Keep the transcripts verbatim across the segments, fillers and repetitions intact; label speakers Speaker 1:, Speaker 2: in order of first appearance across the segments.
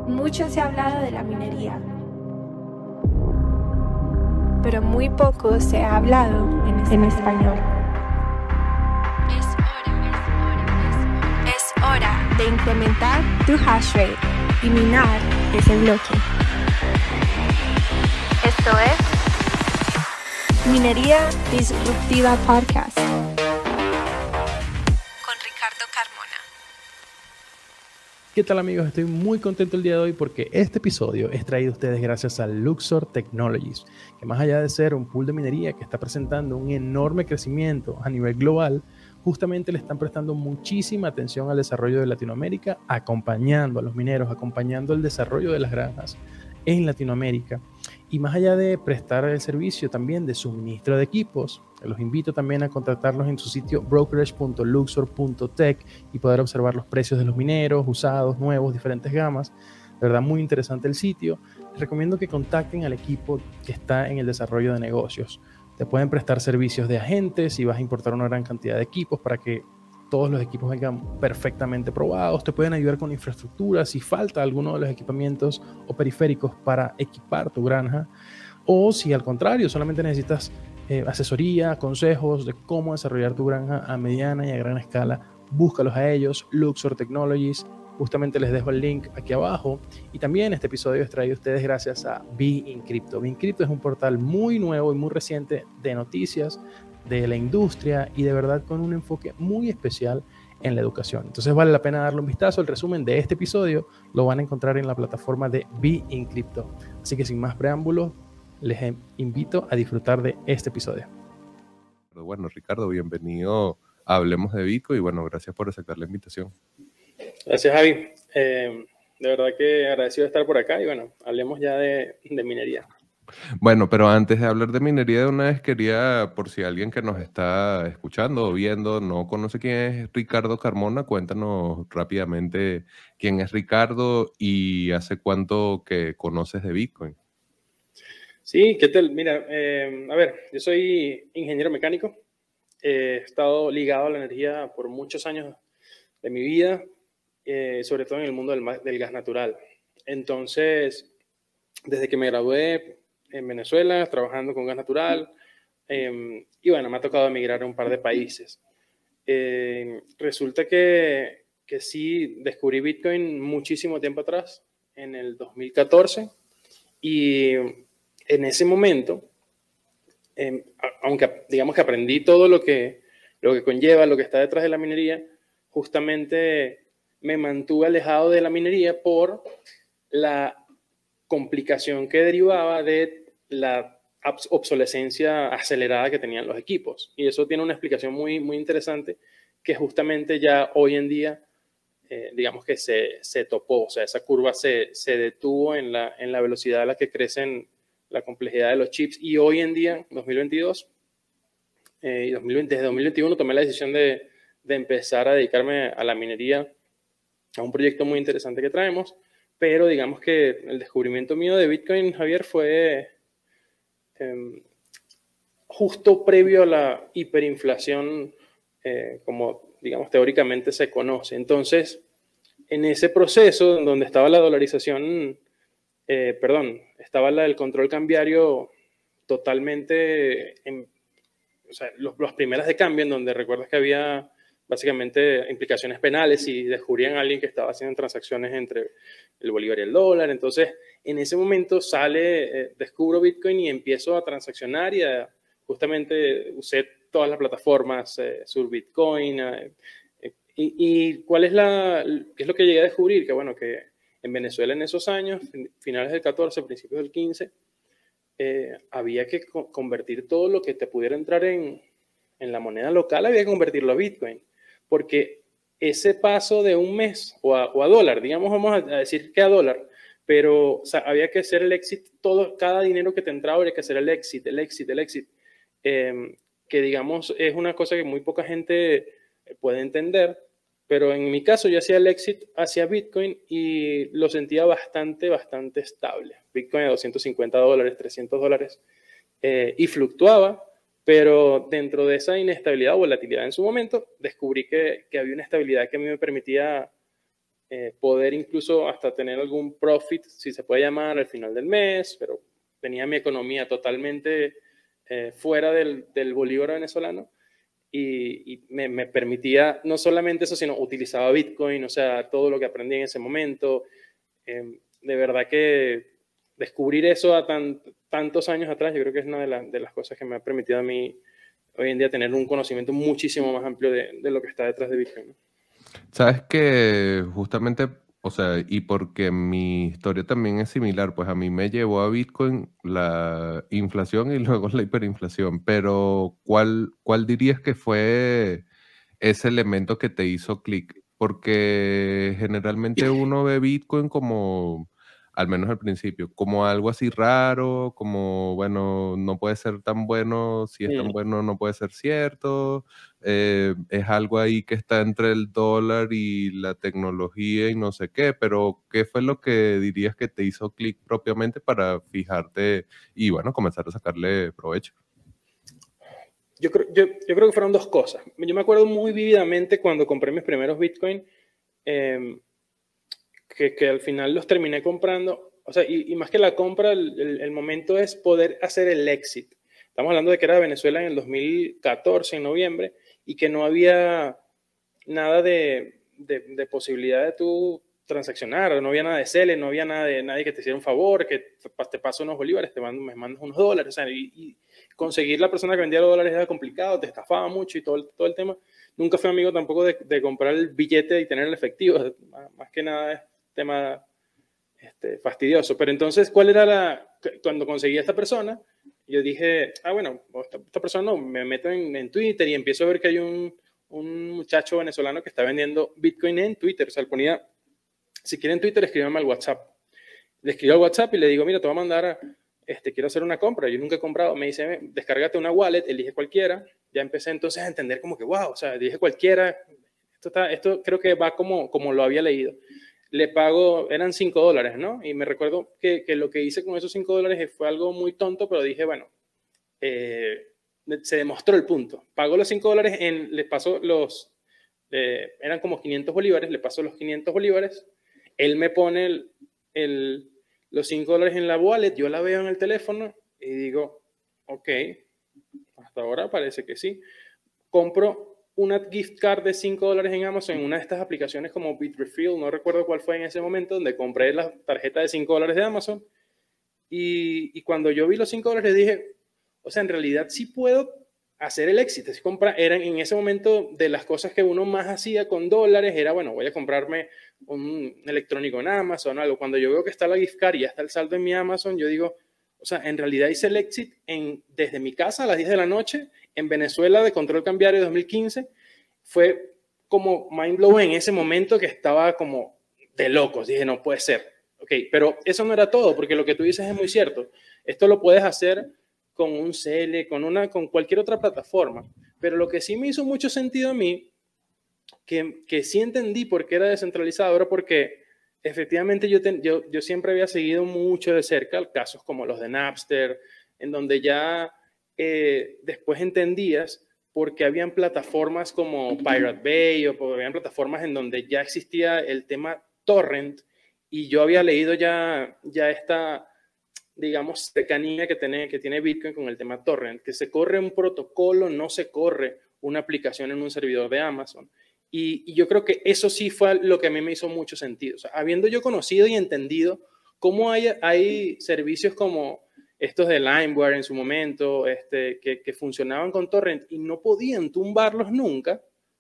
Speaker 1: Mucho se ha hablado de la minería, pero muy poco se ha hablado en, en español. Es hora, es hora de incrementar tu hash rate y minar ese bloque. Esto es Minería Disruptiva Podcast con Ricardo Carmona.
Speaker 2: ¿Qué tal, amigos? Estoy muy contento el día de hoy porque este episodio es traído a ustedes gracias a Luxor Technologies, que más allá de ser un pool de minería que está presentando un enorme crecimiento a nivel global, justamente le están prestando muchísima atención al desarrollo de Latinoamérica, acompañando a los mineros, acompañando el desarrollo de las granjas en Latinoamérica. Y más allá de prestar el servicio también de suministro de equipos, los invito también a contactarlos en su sitio brokerage punto luxor punto tech y poder observar los precios de los mineros, usados, nuevos, diferentes gamas. De verdad, muy interesante el sitio. Les recomiendo que contacten al equipo que está en el desarrollo de negocios. Te pueden prestar servicios de agentes si vas a importar una gran cantidad de equipos para que todos los equipos vengan perfectamente probados. Te pueden ayudar con infraestructura si falta alguno de los equipamientos o periféricos para equipar tu granja, o si al contrario solamente necesitas eh, asesoría, consejos de cómo desarrollar tu granja a mediana y a gran escala. Búscalos a ellos, Luxor Technologies. Justamente les dejo el link aquí abajo. Y también este episodio es traído a ustedes gracias a BeInCrypto. BeInCrypto es un portal muy nuevo y muy reciente de noticias de la industria y de verdad con un enfoque muy especial en la educación. Entonces vale la pena darle un vistazo. El resumen de este episodio lo van a encontrar en la plataforma de BeInCrypto. Así que sin más preámbulos, les invito a disfrutar de este episodio.
Speaker 3: Bueno, Ricardo, bienvenido a Hablemos de Bitcoin y bueno, gracias por aceptar la invitación.
Speaker 4: Gracias, Javi. Eh, de verdad que agradecido de estar por acá y bueno, hablemos ya de, de minería.
Speaker 3: Bueno, pero antes de hablar de minería, de una vez quería, por si alguien que nos está escuchando o viendo no conoce quién es Ricardo Carmona, cuéntanos rápidamente quién es Ricardo y hace cuánto que conoces de Bitcoin.
Speaker 4: Sí, ¿qué tal? Mira, eh, a ver, yo soy ingeniero mecánico. Eh, he estado ligado a la energía por muchos años de mi vida, eh, sobre todo en el mundo del, del gas natural. Entonces, desde que me gradué en Venezuela, trabajando con gas natural, eh, y bueno, me ha tocado emigrar a un par de países. Eh, resulta que, que sí, descubrí Bitcoin muchísimo tiempo atrás, en el dos mil catorce, y en ese momento, eh, aunque digamos que aprendí todo lo que, lo que conlleva, lo que está detrás de la minería, justamente me mantuve alejado de la minería por la complicación que derivaba de la obsolescencia acelerada que tenían los equipos. Y eso tiene una explicación muy, muy interesante que justamente ya hoy en día, eh, digamos que se, se topó, o sea, esa curva se, se detuvo en la, en la velocidad a la que crecen la complejidad de los chips. Y hoy en día, dos mil veintidós eh, y dos mil veinte, desde dos mil veintiuno, tomé la decisión de, de empezar a dedicarme a la minería, a un proyecto muy interesante que traemos. Pero digamos que el descubrimiento mío de Bitcoin, Javier, fue eh, justo previo a la hiperinflación, eh, como digamos teóricamente se conoce. Entonces, en ese proceso donde estaba la dolarización, eh, perdón, estaba la, el control cambiario totalmente, en, o sea, los, las primeras de cambio, en donde recuerdas que había básicamente implicaciones penales y descubrían a alguien que estaba haciendo transacciones entre el bolívar y el dólar. Entonces, en ese momento sale, eh, descubro Bitcoin y empiezo a transaccionar y a, justamente usé todas las plataformas, eh, sur Bitcoin. Eh, y, y ¿cuál es la, qué es lo que llegué a descubrir? Que bueno, que en Venezuela en esos años, finales del catorce, principios del quince, eh, había que co convertir todo lo que te pudiera entrar en, en la moneda local, había que convertirlo a Bitcoin. Porque ese paso de un mes o a, o a dólar, digamos, vamos a decir que a dólar, pero o sea, había que hacer el exit, todo, cada dinero que te entraba había que hacer el exit, el exit, el exit, eh, que digamos es una cosa que muy poca gente puede entender, pero en mi caso yo hacía el exit hacia Bitcoin y lo sentía bastante, bastante estable. Bitcoin a doscientos cincuenta dólares, trescientos dólares, eh, y fluctuaba. Pero dentro de esa inestabilidad o volatilidad en su momento, descubrí que, que había una estabilidad que a mí me permitía eh, poder incluso hasta tener algún profit, si se puede llamar, al final del mes, pero tenía mi economía totalmente eh, fuera del, del bolívar venezolano y, y me, me permitía no solamente eso, sino utilizaba Bitcoin, o sea, todo lo que aprendí en ese momento. Eh, de verdad que descubrir eso a tan, tantos años atrás, yo creo que es una de, la, de las cosas que me ha permitido a mí hoy en día tener un conocimiento muchísimo más amplio de, de lo que está detrás de Bitcoin, ¿no?
Speaker 3: Sabes que justamente, o sea, y porque mi historia también es similar, pues a mí me llevó a Bitcoin la inflación y luego la hiperinflación, pero ¿cuál, cuál dirías que fue ese elemento que te hizo clic? Porque generalmente uno ve Bitcoin como, al menos al principio, como algo así raro, como, bueno, no puede ser tan bueno, si es tan
Speaker 4: Mm.
Speaker 3: bueno no puede ser cierto, eh, es algo ahí que está entre el dólar y la tecnología y no sé qué, pero ¿qué fue lo que dirías que te hizo clic propiamente para fijarte y, bueno, comenzar a sacarle provecho?
Speaker 4: Yo creo, yo, yo creo que fueron dos cosas. Yo me acuerdo muy vívidamente cuando compré mis primeros Bitcoin, eh, que, que al final los terminé comprando. O sea, y, y más que la compra, el, el, el momento es poder hacer el exit. Estamos hablando de que era Venezuela en el dos mil catorce, en noviembre, y que no había nada de, de, de posibilidad de tú transaccionar, no había nada de C E L E, no había nada de nadie que te hiciera un favor, que te paso unos bolívares, te mando, me mandas unos dólares, o sea, y, y conseguir la persona que vendía los dólares era complicado, te estafaba mucho y todo el, todo el tema. Nunca fui amigo tampoco de, de comprar el billete y tener el efectivo, más que nada es tema este, fastidioso. Pero entonces, ¿cuál era la...? Cuando conseguí a esta persona, yo dije, ah, bueno, esta, esta persona no, me meto en, en Twitter y empiezo a ver que hay un, un muchacho venezolano que está vendiendo Bitcoin en Twitter. O sea, le ponía, si quieren Twitter, escríbame al WhatsApp. Le escribo al WhatsApp y le digo, mira, te voy a mandar, a, este, quiero hacer una compra. Yo nunca he comprado. Me dice, descárgate una wallet, elige cualquiera. Ya empecé entonces a entender como que, wow, o sea, dije cualquiera. Esto, está, esto creo que va como, como lo había leído. Le pago, eran cinco dólares, ¿no? Y me recuerdo que, que lo que hice con esos cinco dólares fue algo muy tonto, pero dije, bueno, eh, se demostró el punto. Pago los cinco dólares, en, les paso los, eh, eran como quinientos bolívares, le paso los quinientos bolívares, él me pone el, el, los cinco dólares en la wallet, yo la veo en el teléfono y digo, ok, hasta ahora parece que sí. Compro una gift card de cinco dólares en Amazon en una de estas aplicaciones como Bitrefill, no recuerdo cuál fue en ese momento, donde compré la tarjeta de cinco dólares de Amazon. Y, y cuando yo vi los cinco dólares dije, o sea, en realidad sí puedo hacer el éxito. Si compra, eran en ese momento de las cosas que uno más hacía con dólares, era, bueno, voy a comprarme un electrónico en Amazon o algo. Cuando yo veo que está la gift card y ya está el saldo en mi Amazon, yo digo, o sea, en realidad hice el exit en, desde mi casa a las diez de la noche, en Venezuela de control cambiario de dos mil quince. Fue como mind blowing en ese momento que estaba como de locos. Dije, no puede ser. Ok, pero eso no era todo, porque lo que tú dices es muy cierto. Esto lo puedes hacer con un C E L E, con, una, con cualquier otra plataforma. Pero lo que sí me hizo mucho sentido a mí, que, que sí entendí por qué era descentralizado, era porque efectivamente yo, ten, yo, yo siempre había seguido mucho de cerca casos como los de Napster, en donde ya eh, después entendías porque habían plataformas como Pirate Bay o habían plataformas en donde ya existía el tema torrent y yo había leído ya, ya esta, digamos, cercanía que tiene, que tiene Bitcoin con el tema torrent, que se corre un protocolo, no se corre una aplicación en un servidor de Amazon. Y, y yo creo que eso sí fue lo que a mí me hizo mucho sentido. O sea, habiendo yo conocido y entendido cómo hay, hay servicios como estos de LimeWire en su momento, este, que, que funcionaban con torrent y no podían tumbarlos nunca,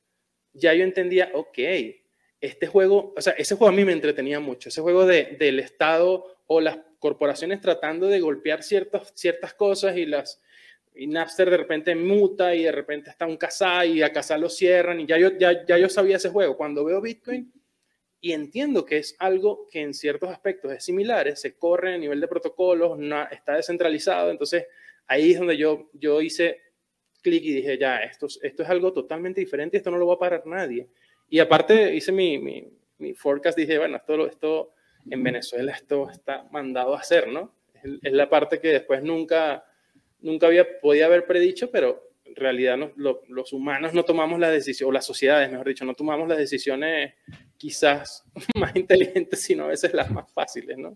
Speaker 4: ya yo entendía, ok, este juego, o sea, ese juego a mí me entretenía mucho, ese juego de, del Estado o las corporaciones tratando de golpear ciertas, ciertas cosas y las y Napster de repente muta y de repente está un Kazaa y a Kazaa lo cierran y ya yo, ya, ya yo sabía ese juego. Cuando veo Bitcoin y entiendo que es algo que en ciertos aspectos es similar, se corre a nivel de protocolos, no, está descentralizado, entonces ahí es donde yo, yo hice clic y dije, ya, esto, esto es algo totalmente diferente, esto no lo va a parar nadie. Y aparte hice mi, mi, mi forecast, dije, bueno, esto, esto en Venezuela esto está mandado a hacer, ¿no? Es, es la parte que después nunca, nunca había, podía haber predicho, pero en realidad no, lo, los humanos no tomamos las decisiones, o las sociedades, mejor dicho, no tomamos las decisiones quizás más inteligentes, sino a veces las más fáciles, ¿no?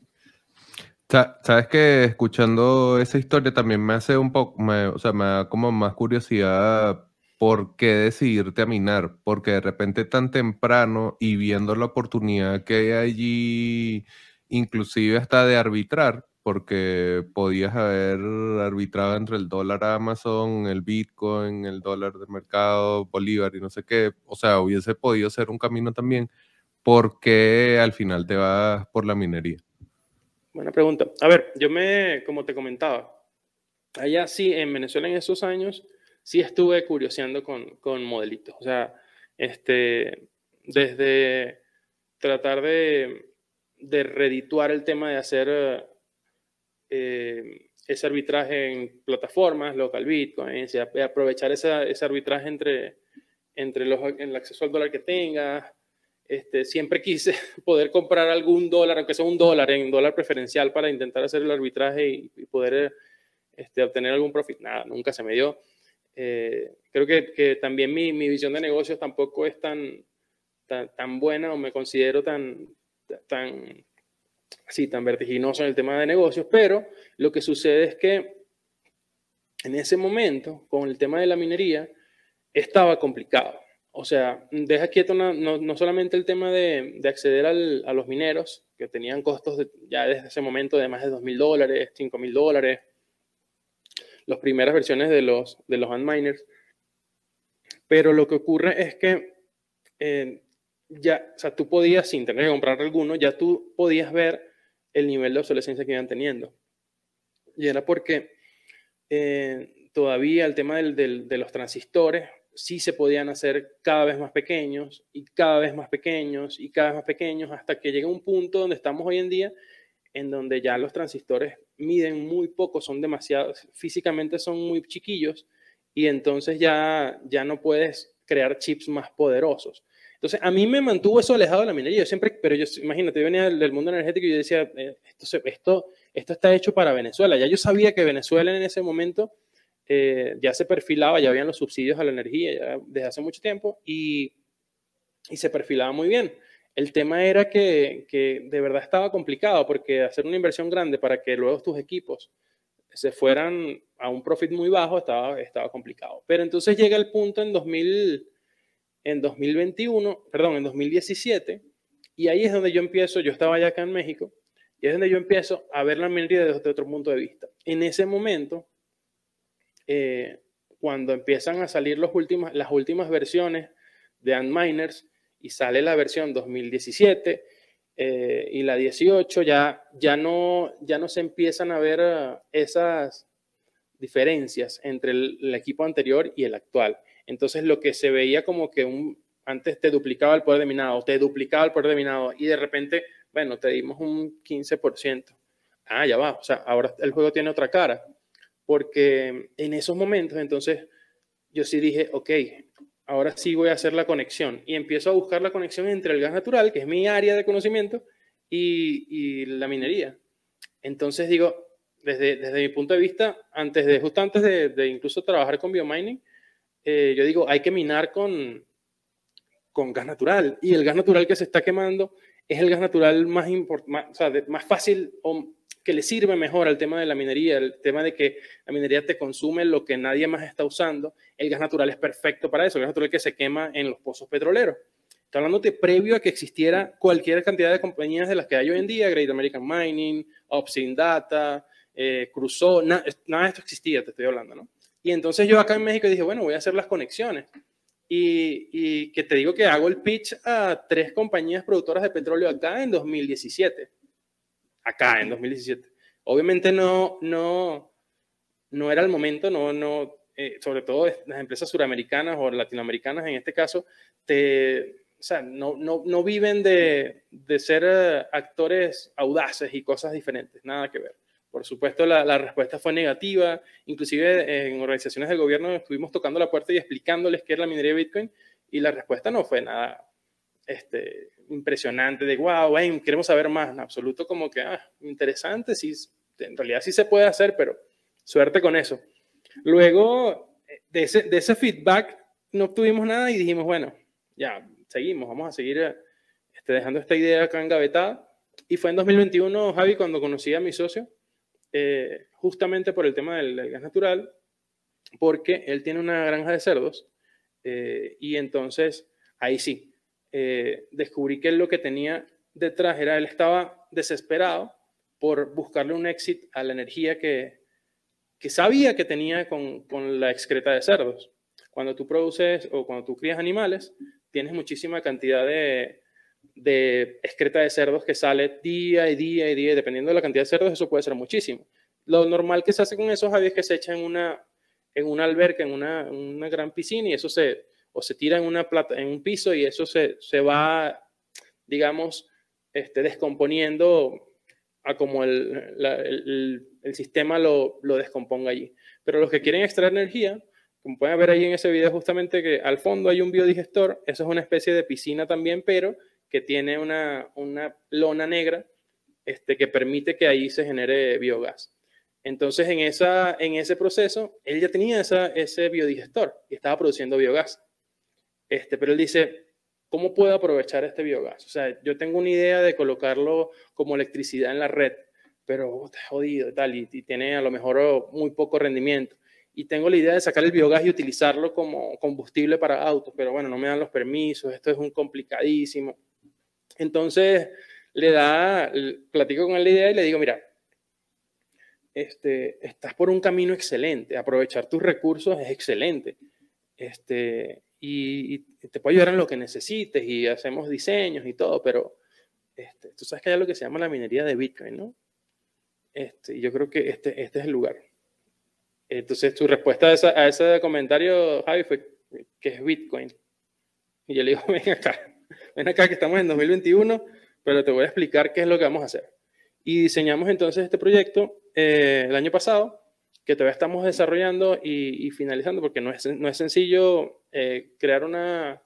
Speaker 3: Sabes que escuchando esa historia también me hace un poco, me, o sea, me da como más curiosidad por qué decidirte a minar, porque de repente tan temprano y viendo la oportunidad que hay allí, inclusive hasta de arbitrar, porque podías haber arbitrado entre el dólar Amazon, el Bitcoin, el dólar de mercado, Bolívar y no sé qué, o sea, hubiese podido ser un camino también, ¿por qué al final te vas por la minería?
Speaker 4: Buena pregunta. A ver, yo me, como te comentaba, allá sí, en Venezuela en esos años, sí estuve curioseando con, con modelitos. O sea, este, desde tratar de, de redituar el tema de hacer eh, ese arbitraje en plataformas, local Bitcoin, aprovechar esa, ese arbitraje entre, entre los, en el acceso al dólar que tengas. Este, siempre quise poder comprar algún dólar, aunque sea un dólar, en dólar preferencial para intentar hacer el arbitraje y, y poder este, obtener algún profit. Nada, nunca se me dio. Eh, creo que, que también mi, mi visión de negocios tampoco es tan, tan, tan buena o me considero tan, tan, sí, tan vertiginoso en el tema de negocios, pero lo que sucede es que en ese momento, con el tema de la minería, estaba complicado. O sea, deja quieto no, no, no solamente el tema de, de acceder al, a los mineros, que tenían costos de, ya desde ese momento de más de dos mil dólares, cinco mil dólares, las primeras versiones de los, de los Antminers. Pero lo que ocurre es que eh, ya, o sea, tú podías, sin tener que comprar alguno, ya tú podías ver el nivel de obsolescencia que iban teniendo. Y era porque eh, todavía el tema del, del, de los transistores sí se podían hacer cada vez más pequeños y cada vez más pequeños y cada vez más pequeños hasta que llega un punto donde estamos hoy en día en donde ya los transistores miden muy poco, son demasiado, físicamente son muy chiquillos y entonces ya, ya no puedes crear chips más poderosos. Entonces, a mí me mantuvo eso alejado de la minería. Yo siempre, pero yo, imagínate, yo venía del, del mundo energético y yo decía, eh, esto, esto, esto está hecho para Venezuela. Ya yo sabía que Venezuela en ese momento eh, ya se perfilaba, ya habían los subsidios a la energía ya desde hace mucho tiempo y, y se perfilaba muy bien. El tema era que, que de verdad estaba complicado porque hacer una inversión grande para que luego tus equipos se fueran a un profit muy bajo estaba, estaba complicado. Pero entonces llega el punto en, dos mil, en dos mil veintiuno, perdón, en dos mil diecisiete, y ahí es donde yo empiezo, yo estaba ya acá en México, y es donde yo empiezo a ver la minería desde otro punto de vista. En ese momento, eh, cuando empiezan a salir los últimas, las últimas versiones de Antminers, y sale la versión dos mil diecisiete eh, y la dieciocho, ya, ya, no, ya no se empiezan a ver uh, esas diferencias entre el, el equipo anterior y el actual. Entonces lo que se veía como que un, antes te duplicaba el poder de minado, te duplicaba el poder de minado y de repente, bueno, te dimos un quince por ciento. Ah, ya va, o sea, ahora el juego tiene otra cara. Porque en esos momentos, entonces, yo sí dije, ok, ahora sí voy a hacer la conexión y empiezo a buscar la conexión entre el gas natural, que es mi área de conocimiento, y, y la minería. Entonces digo, desde, desde mi punto de vista, antes de, justo antes de, de incluso trabajar con biomining, eh, yo digo, hay que minar con, con gas natural. Y el gas natural que se está quemando es el gas natural más, import, más, o sea, de, más fácil o que le sirve mejor al tema de la minería, el tema de que la minería te consume lo que nadie más está usando. El gas natural es perfecto para eso, el gas natural que se quema en los pozos petroleros. Estoy hablando de previo a que existiera cualquier cantidad de compañías de las que hay hoy en día, Great American Mining, Upstream Data, eh, Crusoe, na, nada de esto existía, te estoy hablando, ¿no? Y entonces yo acá en México dije, bueno, voy a hacer las conexiones. Y, y que te digo que hago el pitch a tres compañías productoras de petróleo acá en dos mil diecisiete. Acá en dos mil diecisiete. Obviamente no, no, no era el momento, no, no, eh, sobre todo las empresas suramericanas o latinoamericanas en este caso, te, o sea, no, no, no viven de, de ser uh, actores audaces y cosas diferentes, nada que ver. Por supuesto, la, la respuesta fue negativa, inclusive en organizaciones del gobierno estuvimos tocando la puerta y explicándoles qué es la minería de Bitcoin y la respuesta no fue nada este, impresionante de wow, hey, queremos saber más, en absoluto como que ah, interesante, sí, en realidad sí se puede hacer, pero suerte con eso. Luego de ese, de ese feedback no obtuvimos nada y dijimos, bueno, ya seguimos, vamos a seguir este, dejando esta idea acá engavetada. Y fue en dos mil veintiuno, Javi, cuando conocí a mi socio, eh, justamente por el tema del, del gas natural, porque él tiene una granja de cerdos, eh, y entonces ahí sí, eh, descubrí que él lo que tenía detrás era, él estaba desesperado por buscarle un exit a la energía que, que sabía que tenía con, con la excreta de cerdos. Cuando tú produces o cuando tú crías animales, tienes muchísima cantidad de, de excreta de cerdos que sale día y día y día, y dependiendo de la cantidad de cerdos, eso puede ser muchísimo. Lo normal que se hace con eso, Javi, es que se echa en una, en una alberca, en una, una gran piscina, y eso se, o se tira en, una plata, en un piso, y eso se, se va, digamos, este, descomponiendo a como el, la, el, el sistema lo, lo descomponga allí. Pero los que quieren extraer energía, como pueden ver ahí en ese video, justamente que al fondo hay un biodigestor, eso es una especie de piscina también, pero que tiene una, una lona negra, este, que permite que ahí se genere biogás. Entonces, en, esa, en ese proceso, él ya tenía esa, ese biodigestor y estaba produciendo biogás. Este, pero él dice, ¿cómo puedo aprovechar este biogás? O sea, yo tengo una idea de colocarlo como electricidad en la red, pero está jodido y tal, y, y tiene a lo mejor muy poco rendimiento. Y tengo la idea de sacar el biogás y utilizarlo como combustible para autos, pero bueno, no me dan los permisos, esto es un complicadísimo. Entonces, le da, platico con él la idea y le digo, mira, Este, estás por un camino excelente, aprovechar tus recursos es excelente, este, y, y te puedo ayudar en lo que necesites y hacemos diseños y todo, pero este, tú sabes que hay lo que se llama la minería de Bitcoin, ¿no? Este, yo creo que este, este es el lugar. Entonces, tu respuesta a, esa, a ese comentario, Javi, fue que es Bitcoin. Y yo le digo, ven acá, ven acá que estamos en dos mil veintiuno, pero te voy a explicar qué es lo que vamos a hacer. Y diseñamos entonces este proyecto eh, el año pasado, que todavía estamos desarrollando y, y finalizando, porque no es, no es sencillo eh, crear una,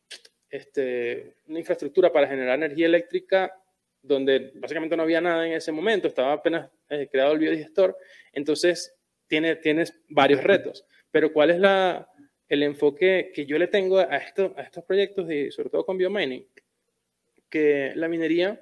Speaker 4: este, una infraestructura para generar energía eléctrica donde básicamente no había nada en ese momento, estaba apenas eh, creado el biodigestor. Entonces, tiene, tienes varios retos. Pero ¿cuál es la, el enfoque que yo le tengo a, esto, a estos proyectos, y sobre todo con biomining? Que la minería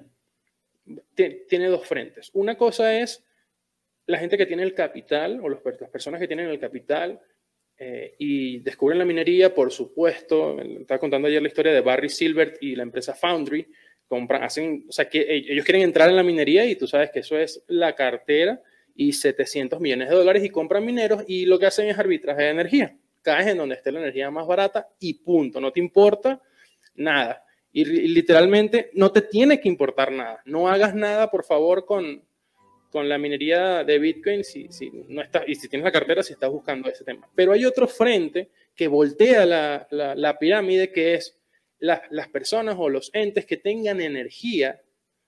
Speaker 4: tiene dos frentes. Una cosa es la gente que tiene el capital, o las personas que tienen el capital eh, y descubren la minería, por supuesto. Estaba contando ayer la historia de Barry Silbert y la empresa Foundry. Compran, hacen, o sea, que ellos quieren entrar en la minería y tú sabes que eso es la cartera y setecientos millones de dólares, y compran mineros, y lo que hacen es arbitraje de energía. Caes en donde esté la energía más barata y punto. No te importa nada. Y literalmente no te tiene que importar nada. No hagas nada, por favor, con, con la minería de Bitcoin si, si no estás, y si tienes la cartera, si estás buscando ese tema. Pero hay otro frente que voltea la, la, la pirámide, que es la, las personas o los entes que tengan energía,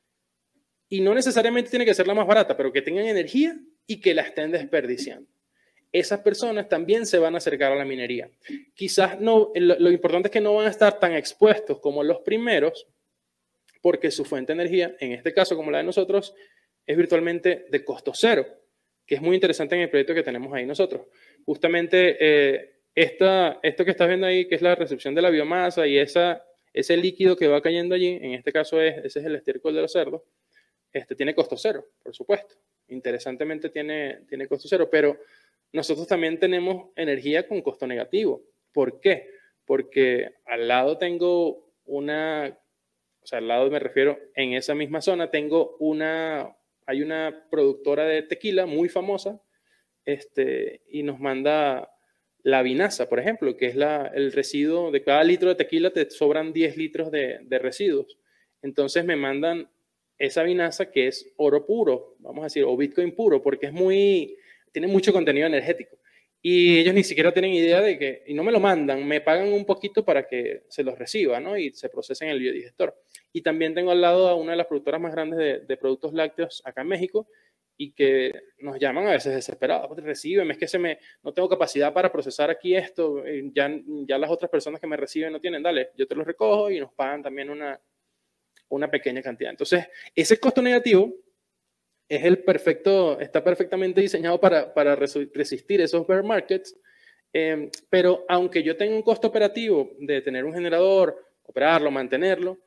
Speaker 4: y no necesariamente tiene que ser la más barata, pero que tengan energía y que la estén desperdiciando. Esas personas también se van a acercar a la minería. Quizás no, lo, lo importante es que no van a estar tan expuestos como los primeros, porque su fuente de energía, en este caso como la de nosotros, es virtualmente de costo cero, que es muy interesante en el proyecto que tenemos ahí nosotros. Justamente eh, esta, esto que estás viendo ahí, que es la recepción de la biomasa, y esa, ese líquido que va cayendo allí, en este caso es, ese es el estiércol de los cerdos, este, tiene costo cero, por supuesto. Interesantemente tiene, tiene costo cero, pero nosotros también tenemos energía con costo negativo. ¿Por qué? Porque al lado tengo una, o sea, al lado me refiero, en esa misma zona tengo una, hay una productora de tequila muy famosa, este, y nos manda la vinaza, por ejemplo, que es la, el residuo de cada litro de tequila, te sobran diez litros de, de residuos. Entonces me mandan esa vinaza, que es oro puro, vamos a decir, o Bitcoin puro, porque es muy, tiene mucho contenido energético. Y ellos ni siquiera tienen idea de que, y no me lo mandan, me pagan un poquito para que se los reciba, ¿no? Y se procese en el biodigestor. Y también tengo al lado a una de las productoras más grandes de, de productos lácteos acá en México, y que nos llaman a veces desesperados, reciben, es que se me, no tengo capacidad para procesar aquí esto, ya, ya las otras personas que me reciben no tienen, dale, yo te los recojo, y nos pagan también una, una pequeña cantidad. Entonces, ese costo negativo es el perfecto, está perfectamente diseñado para, para resistir esos bear markets, eh, pero aunque yo tenga un costo operativo de tener un generador, operarlo, mantenerlo,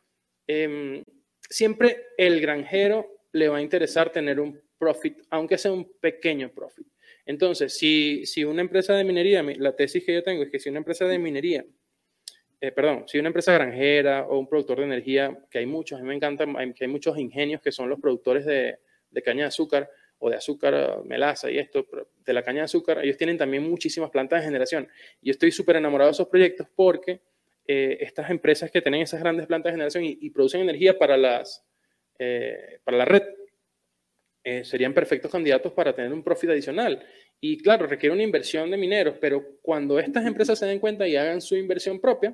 Speaker 4: eh, siempre el granjero le va a interesar tener un profit, aunque sea un pequeño profit. Entonces, si, si una empresa de minería, la tesis que yo tengo es que si una empresa de minería, eh, perdón, si una empresa granjera o un productor de energía, que hay muchos, a mí me encanta, hay, que hay muchos ingenios que son los productores de, de caña de azúcar o de azúcar, melaza y esto, de la caña de azúcar, ellos tienen también muchísimas plantas de generación. Y yo estoy súper enamorado de esos proyectos porque eh, estas empresas que tienen esas grandes plantas de generación y, y producen energía para, las, eh, para la red, Eh, serían perfectos candidatos para tener un profit adicional. Y claro, requiere una inversión de mineros, pero cuando estas empresas se den cuenta y hagan su inversión propia,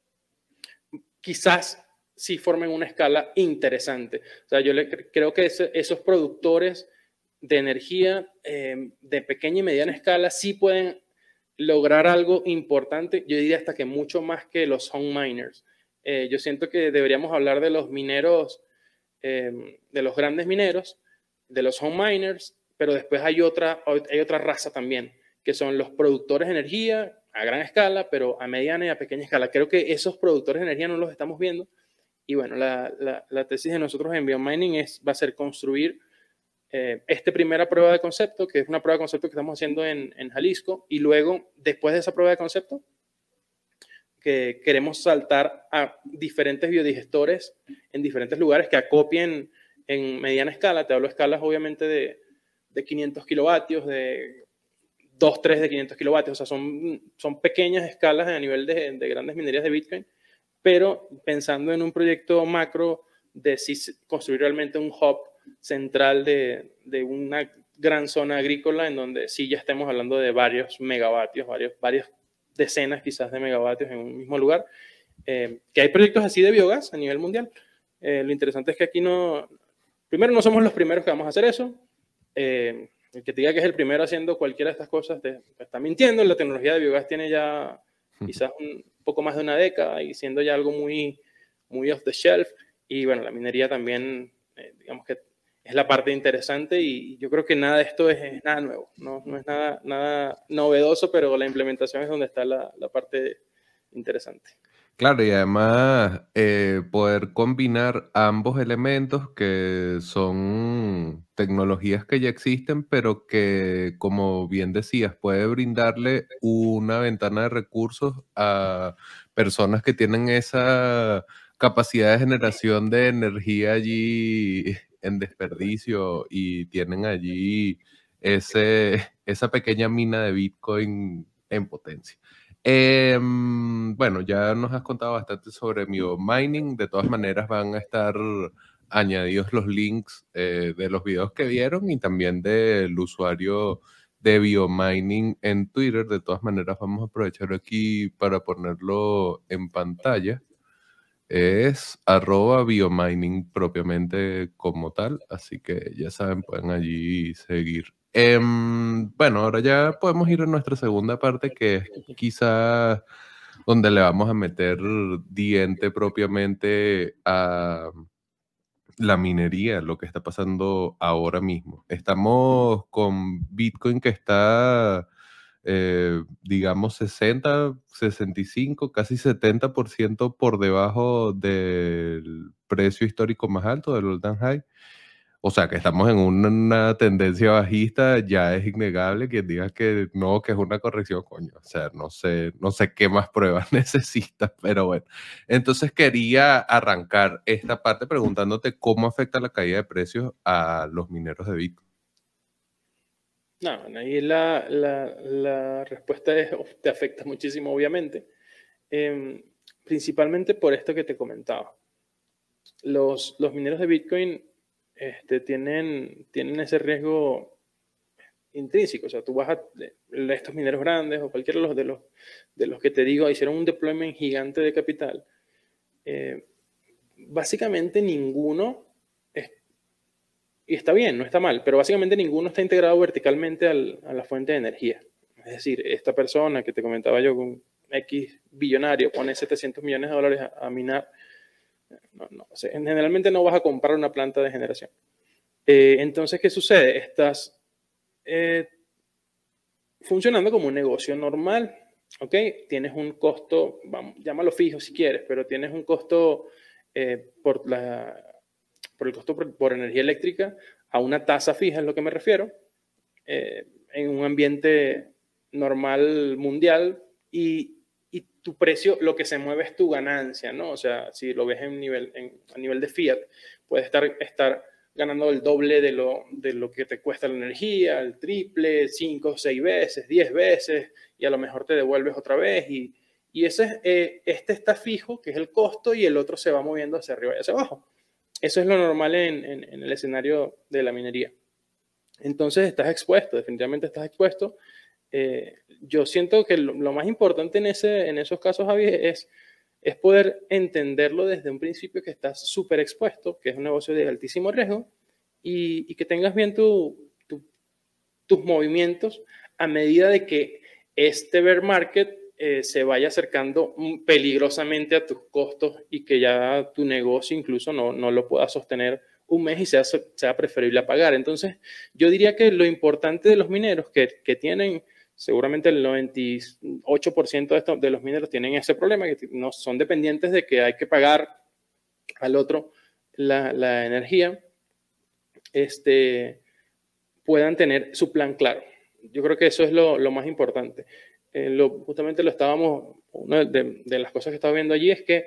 Speaker 4: quizás sí formen una escala interesante. O sea, yo le, creo que ese, esos productores de energía eh, de pequeña y mediana escala sí pueden lograr algo importante, yo diría hasta que mucho más que los home miners. Eh, yo siento que deberíamos hablar de los mineros, eh, de los grandes mineros, de los home miners, pero después hay otra, hay otra raza también, que son los productores de energía a gran escala, pero a mediana y a pequeña escala. Creo que esos productores de energía no los estamos viendo. Y bueno, la, la, la tesis de nosotros en Biomining es, va a ser construir eh, esta primera prueba de concepto, que es una prueba de concepto que estamos haciendo en, en Jalisco, y luego, después de esa prueba de concepto, que queremos saltar a diferentes biodigestores en diferentes lugares que acopien en mediana escala. Te hablo de escalas obviamente de, de quinientos kilovatios, de dos, tres de quinientos kilovatios, o sea, son, son pequeñas escalas a nivel de, de grandes minerías de Bitcoin, pero pensando en un proyecto macro de si construir realmente un hub central de, de una gran zona agrícola en donde sí ya estemos hablando de varios megavatios, varios, varias decenas quizás de megavatios en un mismo lugar, eh, que hay proyectos así de biogás a nivel mundial. Eh, lo interesante es que aquí no... Primero, no somos los primeros que vamos a hacer eso. Eh, el que te diga que es el primero haciendo cualquiera de estas cosas te, te está mintiendo. La tecnología de biogás tiene ya quizás un poco más de una década y siendo ya algo muy, muy off the shelf. Y bueno, la minería también, eh, digamos que es la parte interesante y yo creo que nada de esto es, es nada nuevo. No, no es nada, nada novedoso, pero la implementación es donde está la, la parte interesante.
Speaker 3: Claro, y además eh, poder combinar ambos elementos que son tecnologías que ya existen, pero que, como bien decías, puede brindarle una ventana de recursos a personas que tienen esa capacidad de generación de energía allí en desperdicio y tienen allí ese, esa pequeña mina de Bitcoin en potencia. Eh, bueno, ya nos has contado bastante sobre Biomining. De todas maneras van a estar añadidos los links eh, de los videos que vieron y también del usuario de Biomining en Twitter. De todas maneras vamos a aprovechar aquí para ponerlo en pantalla. Es arroba Biomining propiamente como tal, así que ya saben, pueden allí seguir. Eh, bueno, ahora ya podemos ir a nuestra segunda parte, que es quizás donde le vamos a meter diente propiamente a la minería, lo que está pasando ahora mismo. Estamos con Bitcoin que está, eh, digamos, sesenta, sesenta y cinco, casi setenta por ciento por debajo del precio histórico más alto del all-time high. O sea, que estamos en una tendencia bajista, ya es innegable. Quien diga que no, que es una corrección, coño. O sea, no sé, no sé qué más pruebas necesitas, pero bueno. Entonces quería arrancar esta parte preguntándote cómo afecta la caída de precios a los mineros de Bitcoin.
Speaker 4: No, ahí la, la, la respuesta es, te afecta muchísimo, obviamente. Eh, principalmente por esto que te comentaba. Los, los mineros de Bitcoin Este, tienen, tienen ese riesgo intrínseco. O sea, tú vas a estos mineros grandes o cualquiera de los, de los, de los que te digo, hicieron un deployment gigante de capital. Eh, básicamente ninguno, es, y está bien, no está mal, pero básicamente ninguno está integrado verticalmente al, a la fuente de energía. Es decir, esta persona que te comentaba yo, con X billonario, pone setecientos millones de dólares a, a minar. No, no, o sea, generalmente no vas a comprar una planta de generación. Eh, entonces, ¿qué sucede? Estás eh, funcionando como un negocio normal, ¿ok? Tienes un costo, vamos, llámalo fijo si quieres, pero tienes un costo eh, por, la, por el costo por, por energía eléctrica a una tasa fija, es lo que me refiero, eh, en un ambiente normal mundial y, y tu precio, lo que se mueve es tu ganancia, ¿no? O sea, si lo ves en nivel, en, a nivel de fiat, puedes estar, estar ganando el doble de lo, de lo que te cuesta la energía, el triple, cinco, seis veces, diez veces, y a lo mejor te devuelves otra vez. Y, y ese, eh, este está fijo, que es el costo, y el otro se va moviendo hacia arriba y hacia abajo. Eso es lo normal en, en, en el escenario de la minería. Entonces estás expuesto, definitivamente estás expuesto. Eh, yo siento que lo, lo más importante en, ese, en esos casos, Javi, es, es poder entenderlo desde un principio, que estás súper expuesto, que es un negocio de altísimo riesgo, y, y que tengas bien tu, tu, tus movimientos a medida de que este bear market eh, se vaya acercando peligrosamente a tus costos y que ya tu negocio incluso no, no lo pueda sostener un mes y sea, sea preferible apagar. Entonces, yo diría que lo importante de los mineros que, que tienen, seguramente el noventa y ocho por ciento de, esto, de los mineros tienen ese problema, que no son dependientes de que hay que pagar al otro la, la energía, este, puedan tener su plan claro. Yo creo que eso es lo, lo más importante. Eh, lo, justamente lo estábamos, una de, de las cosas que estaba viendo allí es que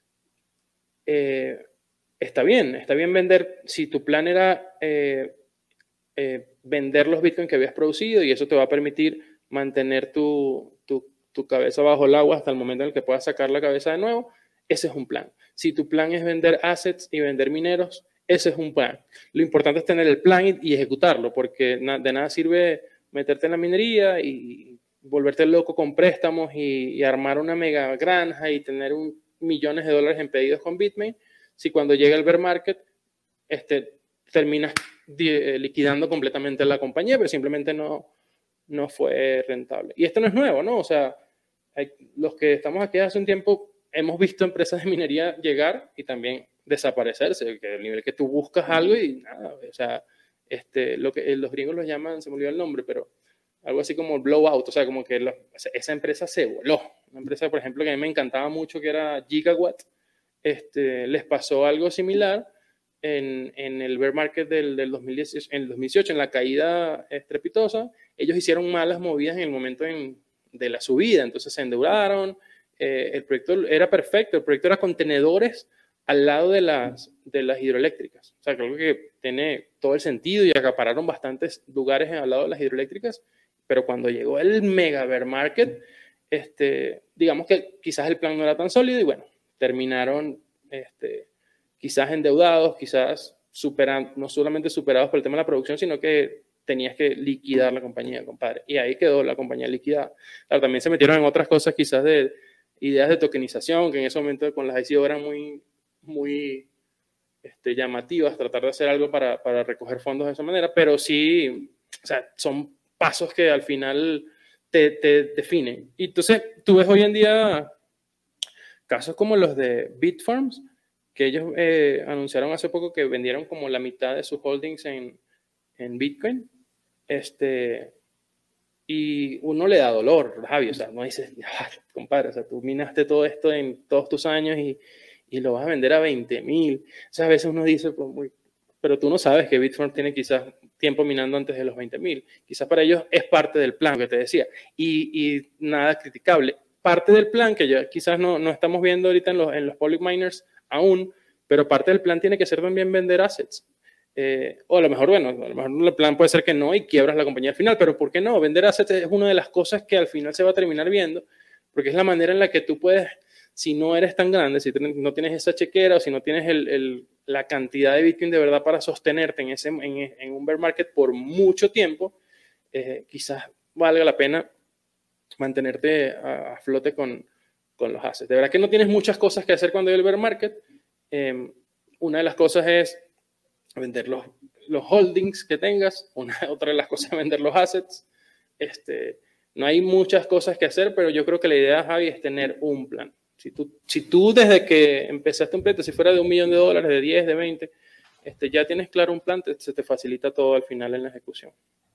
Speaker 4: eh, está bien, está bien vender, si tu plan era eh, eh, vender los bitcoins que habías producido y eso te va a permitir mantener tu, tu, tu cabeza bajo el agua hasta el momento en el que puedas sacar la cabeza de nuevo, ese es un plan. Si tu plan es vender assets y vender mineros, ese es un plan. Lo importante es tener el plan y, y ejecutarlo, porque na, de nada sirve meterte en la minería y volverte loco con préstamos y, y armar una mega granja y tener un, millones de dólares en pedidos con Bitmain, si cuando llega el bear market este, terminas liquidando completamente la compañía, pero simplemente no, no fue rentable. Y esto no es nuevo, ¿no? O sea, hay, los que estamos aquí hace un tiempo hemos visto empresas de minería llegar y también desaparecerse, que el nivel que tú buscas algo y nada, o sea, este, lo que los gringos los llaman, se me olvidó el nombre, pero algo así como el blowout, o sea, como que lo, esa empresa se voló. Una empresa, por ejemplo, que a mí me encantaba mucho, que era Gigawatt, este, les pasó algo similar en, en el bear market del, del dos mil dieciocho, en el dos mil dieciocho, en la caída estrepitosa. Ellos hicieron malas movidas en el momento en, de la subida, entonces se endeudaron, eh, el proyecto era perfecto, el proyecto era contenedores al lado de las, de las hidroeléctricas. O sea, creo que tiene todo el sentido y acapararon bastantes lugares al lado de las hidroeléctricas, pero cuando llegó el mega bear market, este, digamos que quizás el plan no era tan sólido y bueno, terminaron este, quizás endeudados, quizás superando, no solamente superados por el tema de la producción, sino que tenías que liquidar la compañía, compadre. Y ahí quedó la compañía liquidada. Claro, también se metieron en otras cosas quizás de ideas de tokenización, que en ese momento con las I C O eran muy, muy este, llamativas, tratar de hacer algo para, para recoger fondos de esa manera, pero sí, o sea, son pasos que al final te, te definen. Y entonces tú ves hoy en día casos como los de Bitfarms, que ellos eh, anunciaron hace poco que vendieron como la mitad de sus holdings en, en Bitcoin. Este, y uno le da dolor, Javi, o sea, no dices, ah, compadre, o sea, tú minaste todo esto en todos tus años y, y lo vas a vender a veinte mil. O sea, a veces uno dice, pues, muy, pero tú no sabes que Bitfarms tiene quizás tiempo minando antes de los veinte mil. Quizás para ellos es parte del plan que te decía. Y, y nada criticable. Parte del plan que ya quizás no, no estamos viendo ahorita en los, en los public miners aún, pero parte del plan tiene que ser también vender assets. Eh, o a lo mejor, bueno, a lo mejor el plan puede ser que no y quiebras la compañía al final, pero ¿por qué no? Vender assets es una de las cosas que al final se va a terminar viendo, porque es la manera en la que tú puedes, si no eres tan grande, si no tienes esa chequera o si no tienes el, el, la cantidad de Bitcoin de verdad para sostenerte en, ese, en, en un bear market por mucho tiempo, eh, quizás valga la pena mantenerte a, a flote con, con los assets. De verdad que no tienes muchas cosas que hacer cuando hay el bear market. Eh, una de las cosas es vender los, los holdings que tengas. Una, otra de las cosas es vender los assets. Este, no hay muchas cosas que hacer, pero yo creo que la idea, Javi, es tener un plan. Si tú, si tú desde que empezaste un proyecto, si fuera de un millón de dólares, de diez, de veinte, este, ya tienes claro un plan, te, se te facilita todo al final en la ejecución.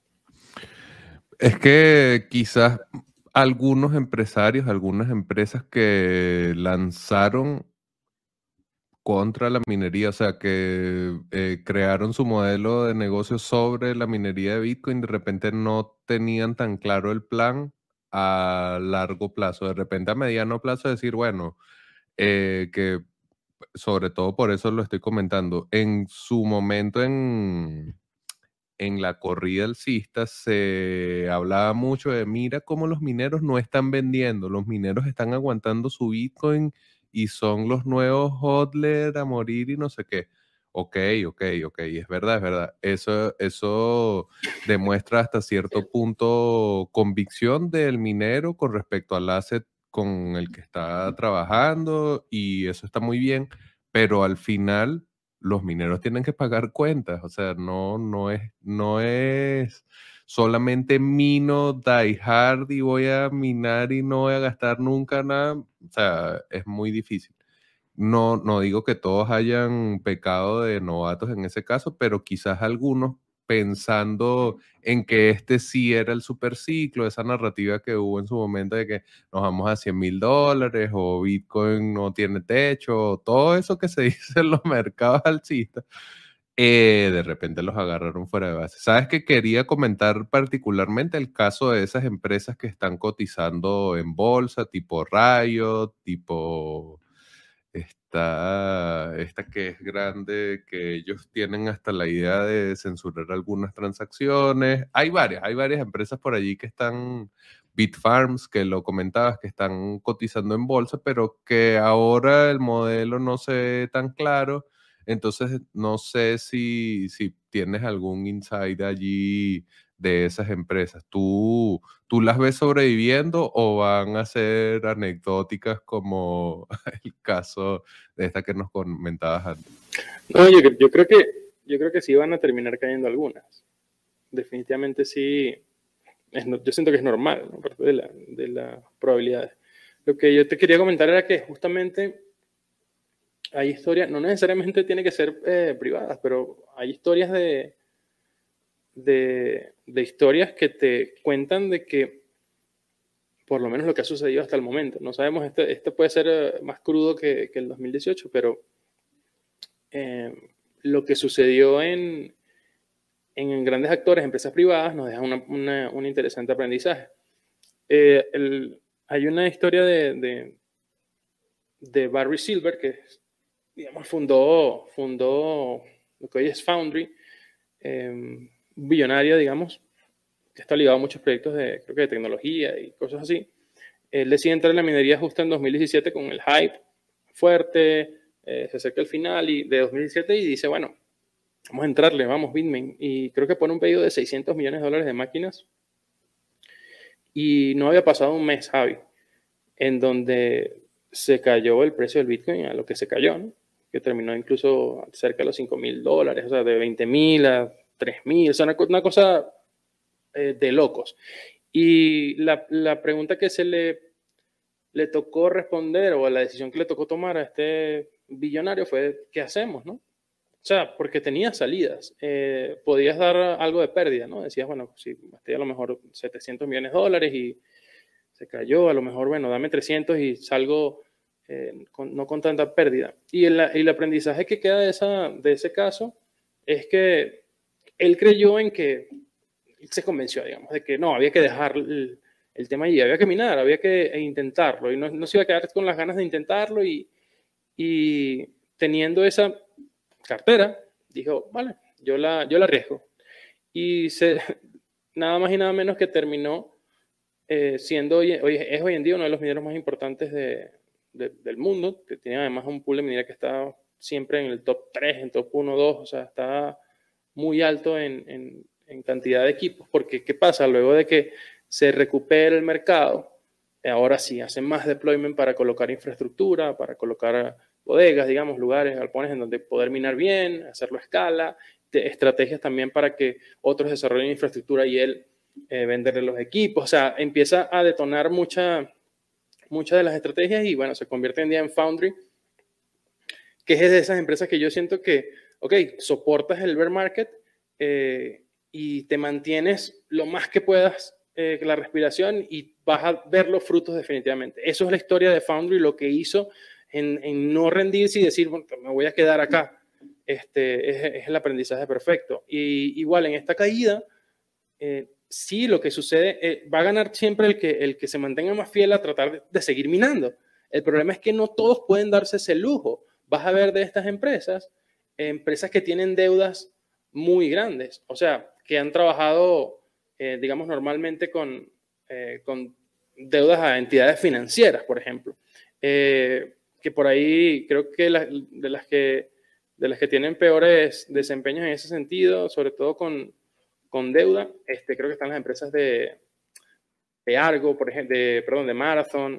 Speaker 3: Es que quizás algunos empresarios, algunas empresas que lanzaron contra la minería, o sea, que eh, crearon su modelo de negocio sobre la minería de Bitcoin, de repente no tenían tan claro el plan a largo plazo. De repente a mediano plazo decir, bueno, eh, que sobre todo por eso lo estoy comentando, en su momento en, en la corrida alcista se hablaba mucho de, mira cómo los mineros no están vendiendo, los mineros están aguantando su Bitcoin y son los nuevos hodler a morir y no sé qué. Ok, ok, ok, es verdad, es verdad. Eso, eso demuestra hasta cierto punto convicción del minero con respecto al asset con el que está trabajando y eso está muy bien, pero al final los mineros tienen que pagar cuentas, o sea, no, no es, no es solamente mino die hard y voy a minar y no voy a gastar nunca nada, o sea, es muy difícil. No, no digo que todos hayan pecado de novatos en ese caso, pero quizás algunos pensando en que este sí era el superciclo, esa narrativa que hubo en su momento de que nos vamos a cien mil dólares o Bitcoin no tiene techo, todo eso que se dice en los mercados alcistas, eh, de repente los agarraron fuera de base. ¿Sabes qué? Quería comentar particularmente el caso de esas empresas que están cotizando en bolsa, tipo Riot, tipo esta, esta que es grande, que ellos tienen hasta la idea de censurar algunas transacciones. Hay varias, hay varias empresas por allí que están, Bitfarms, que lo comentabas, que están cotizando en bolsa, pero que ahora el modelo no se ve tan claro. Entonces, no sé si, si tienes algún insight allí de esas empresas. ¿Tú, tú las ves sobreviviendo o van a ser anecdóticas como el caso de esta que nos comentabas antes?
Speaker 4: No, yo, yo creo que yo creo que sí van a terminar cayendo algunas. Definitivamente sí. Es, yo siento que es normal, ¿no? Parte de la, de la probabilidad. Lo que yo te quería comentar era que justamente hay historias, no necesariamente tiene que ser eh, privadas, pero hay historias de, de, de historias que te cuentan de que, por lo menos lo que ha sucedido hasta el momento, no sabemos, este, este puede ser eh, más crudo que, que el dos mil dieciocho, pero eh, lo que sucedió en, en grandes actores, empresas privadas, nos deja una, una, un interesante aprendizaje. Eh, el, hay una historia de, de, de Barry Silver, que digamos, fundó, fundó lo que hoy es Foundry, eh, billonario, digamos, que está ligado a muchos proyectos de, creo que de tecnología y cosas así. Él decide entrar en la minería justo en dos mil diecisiete con el hype fuerte, eh, se acerca el final y, de dos mil diecisiete y dice, bueno, vamos a entrarle, vamos, Bitmain. Y creo que pone un pedido de seiscientos millones de dólares de máquinas. Y no había pasado un mes, Javi, en donde se cayó el precio del Bitcoin a lo que se cayó, ¿no? Que terminó incluso cerca de los cinco mil dólares, o sea, de veinte mil a tres mil, o sea, una, una cosa eh, de locos. Y la, la pregunta que se le, le tocó responder, o la decisión que le tocó tomar a este billonario fue, ¿qué hacemos, no? O sea, porque tenía salidas. Eh, podías dar algo de pérdida, ¿no? Decías, bueno, si gasté a lo mejor setecientos millones de dólares y se cayó, a lo mejor, bueno, dame trescientos y salgo eh, con, no con tanta pérdida. Y el, el aprendizaje que queda de, esa, de ese caso es que él creyó en que, él se convenció, digamos, de que no, había que dejar el, el tema allí, había que minar, había que intentarlo, y no, no se iba a quedar con las ganas de intentarlo, y, y teniendo esa cartera, dijo, vale, yo la, yo la arriesgo. Y se, nada más y nada menos que terminó eh, siendo, hoy, hoy, es hoy en día uno de los mineros más importantes de, de, del mundo, que tiene además un pool de minería que está siempre en el top tres, en top uno, dos, o sea, está muy alto en, en, en cantidad de equipos, porque ¿qué pasa? Luego de que se recupera el mercado, ahora sí, hacen más deployment para colocar infraestructura, para colocar bodegas, digamos, lugares, galpones en donde poder minar bien, hacerlo a escala, estrategias también para que otros desarrollen infraestructura y él eh, venderle los equipos, o sea, empieza a detonar muchas mucha de las estrategias y bueno, se convierte en día en Foundry, que es de esas empresas que yo siento que, ok, soportas el bear market eh, y te mantienes lo más que puedas eh, la respiración y vas a ver los frutos definitivamente. Eso es la historia de Foundry, lo que hizo en, en no rendirse y decir, bueno, me voy a quedar acá. Este, es, es el aprendizaje perfecto. Y igual en esta caída, eh, sí, lo que sucede, eh, va a ganar siempre el que, el que se mantenga más fiel a tratar de, de seguir minando. El problema es que no todos pueden darse ese lujo. Vas a ver de estas empresas, eh, empresas que tienen deudas muy grandes, o sea, que han trabajado, eh, digamos, normalmente con, eh, con deudas a entidades financieras, por ejemplo, eh, que por ahí creo que la, de, las que de las que tienen peores desempeños en ese sentido, sobre todo con, con deuda, este, creo que están las empresas de, de Argo, por ejemplo, de, perdón, de Marathon,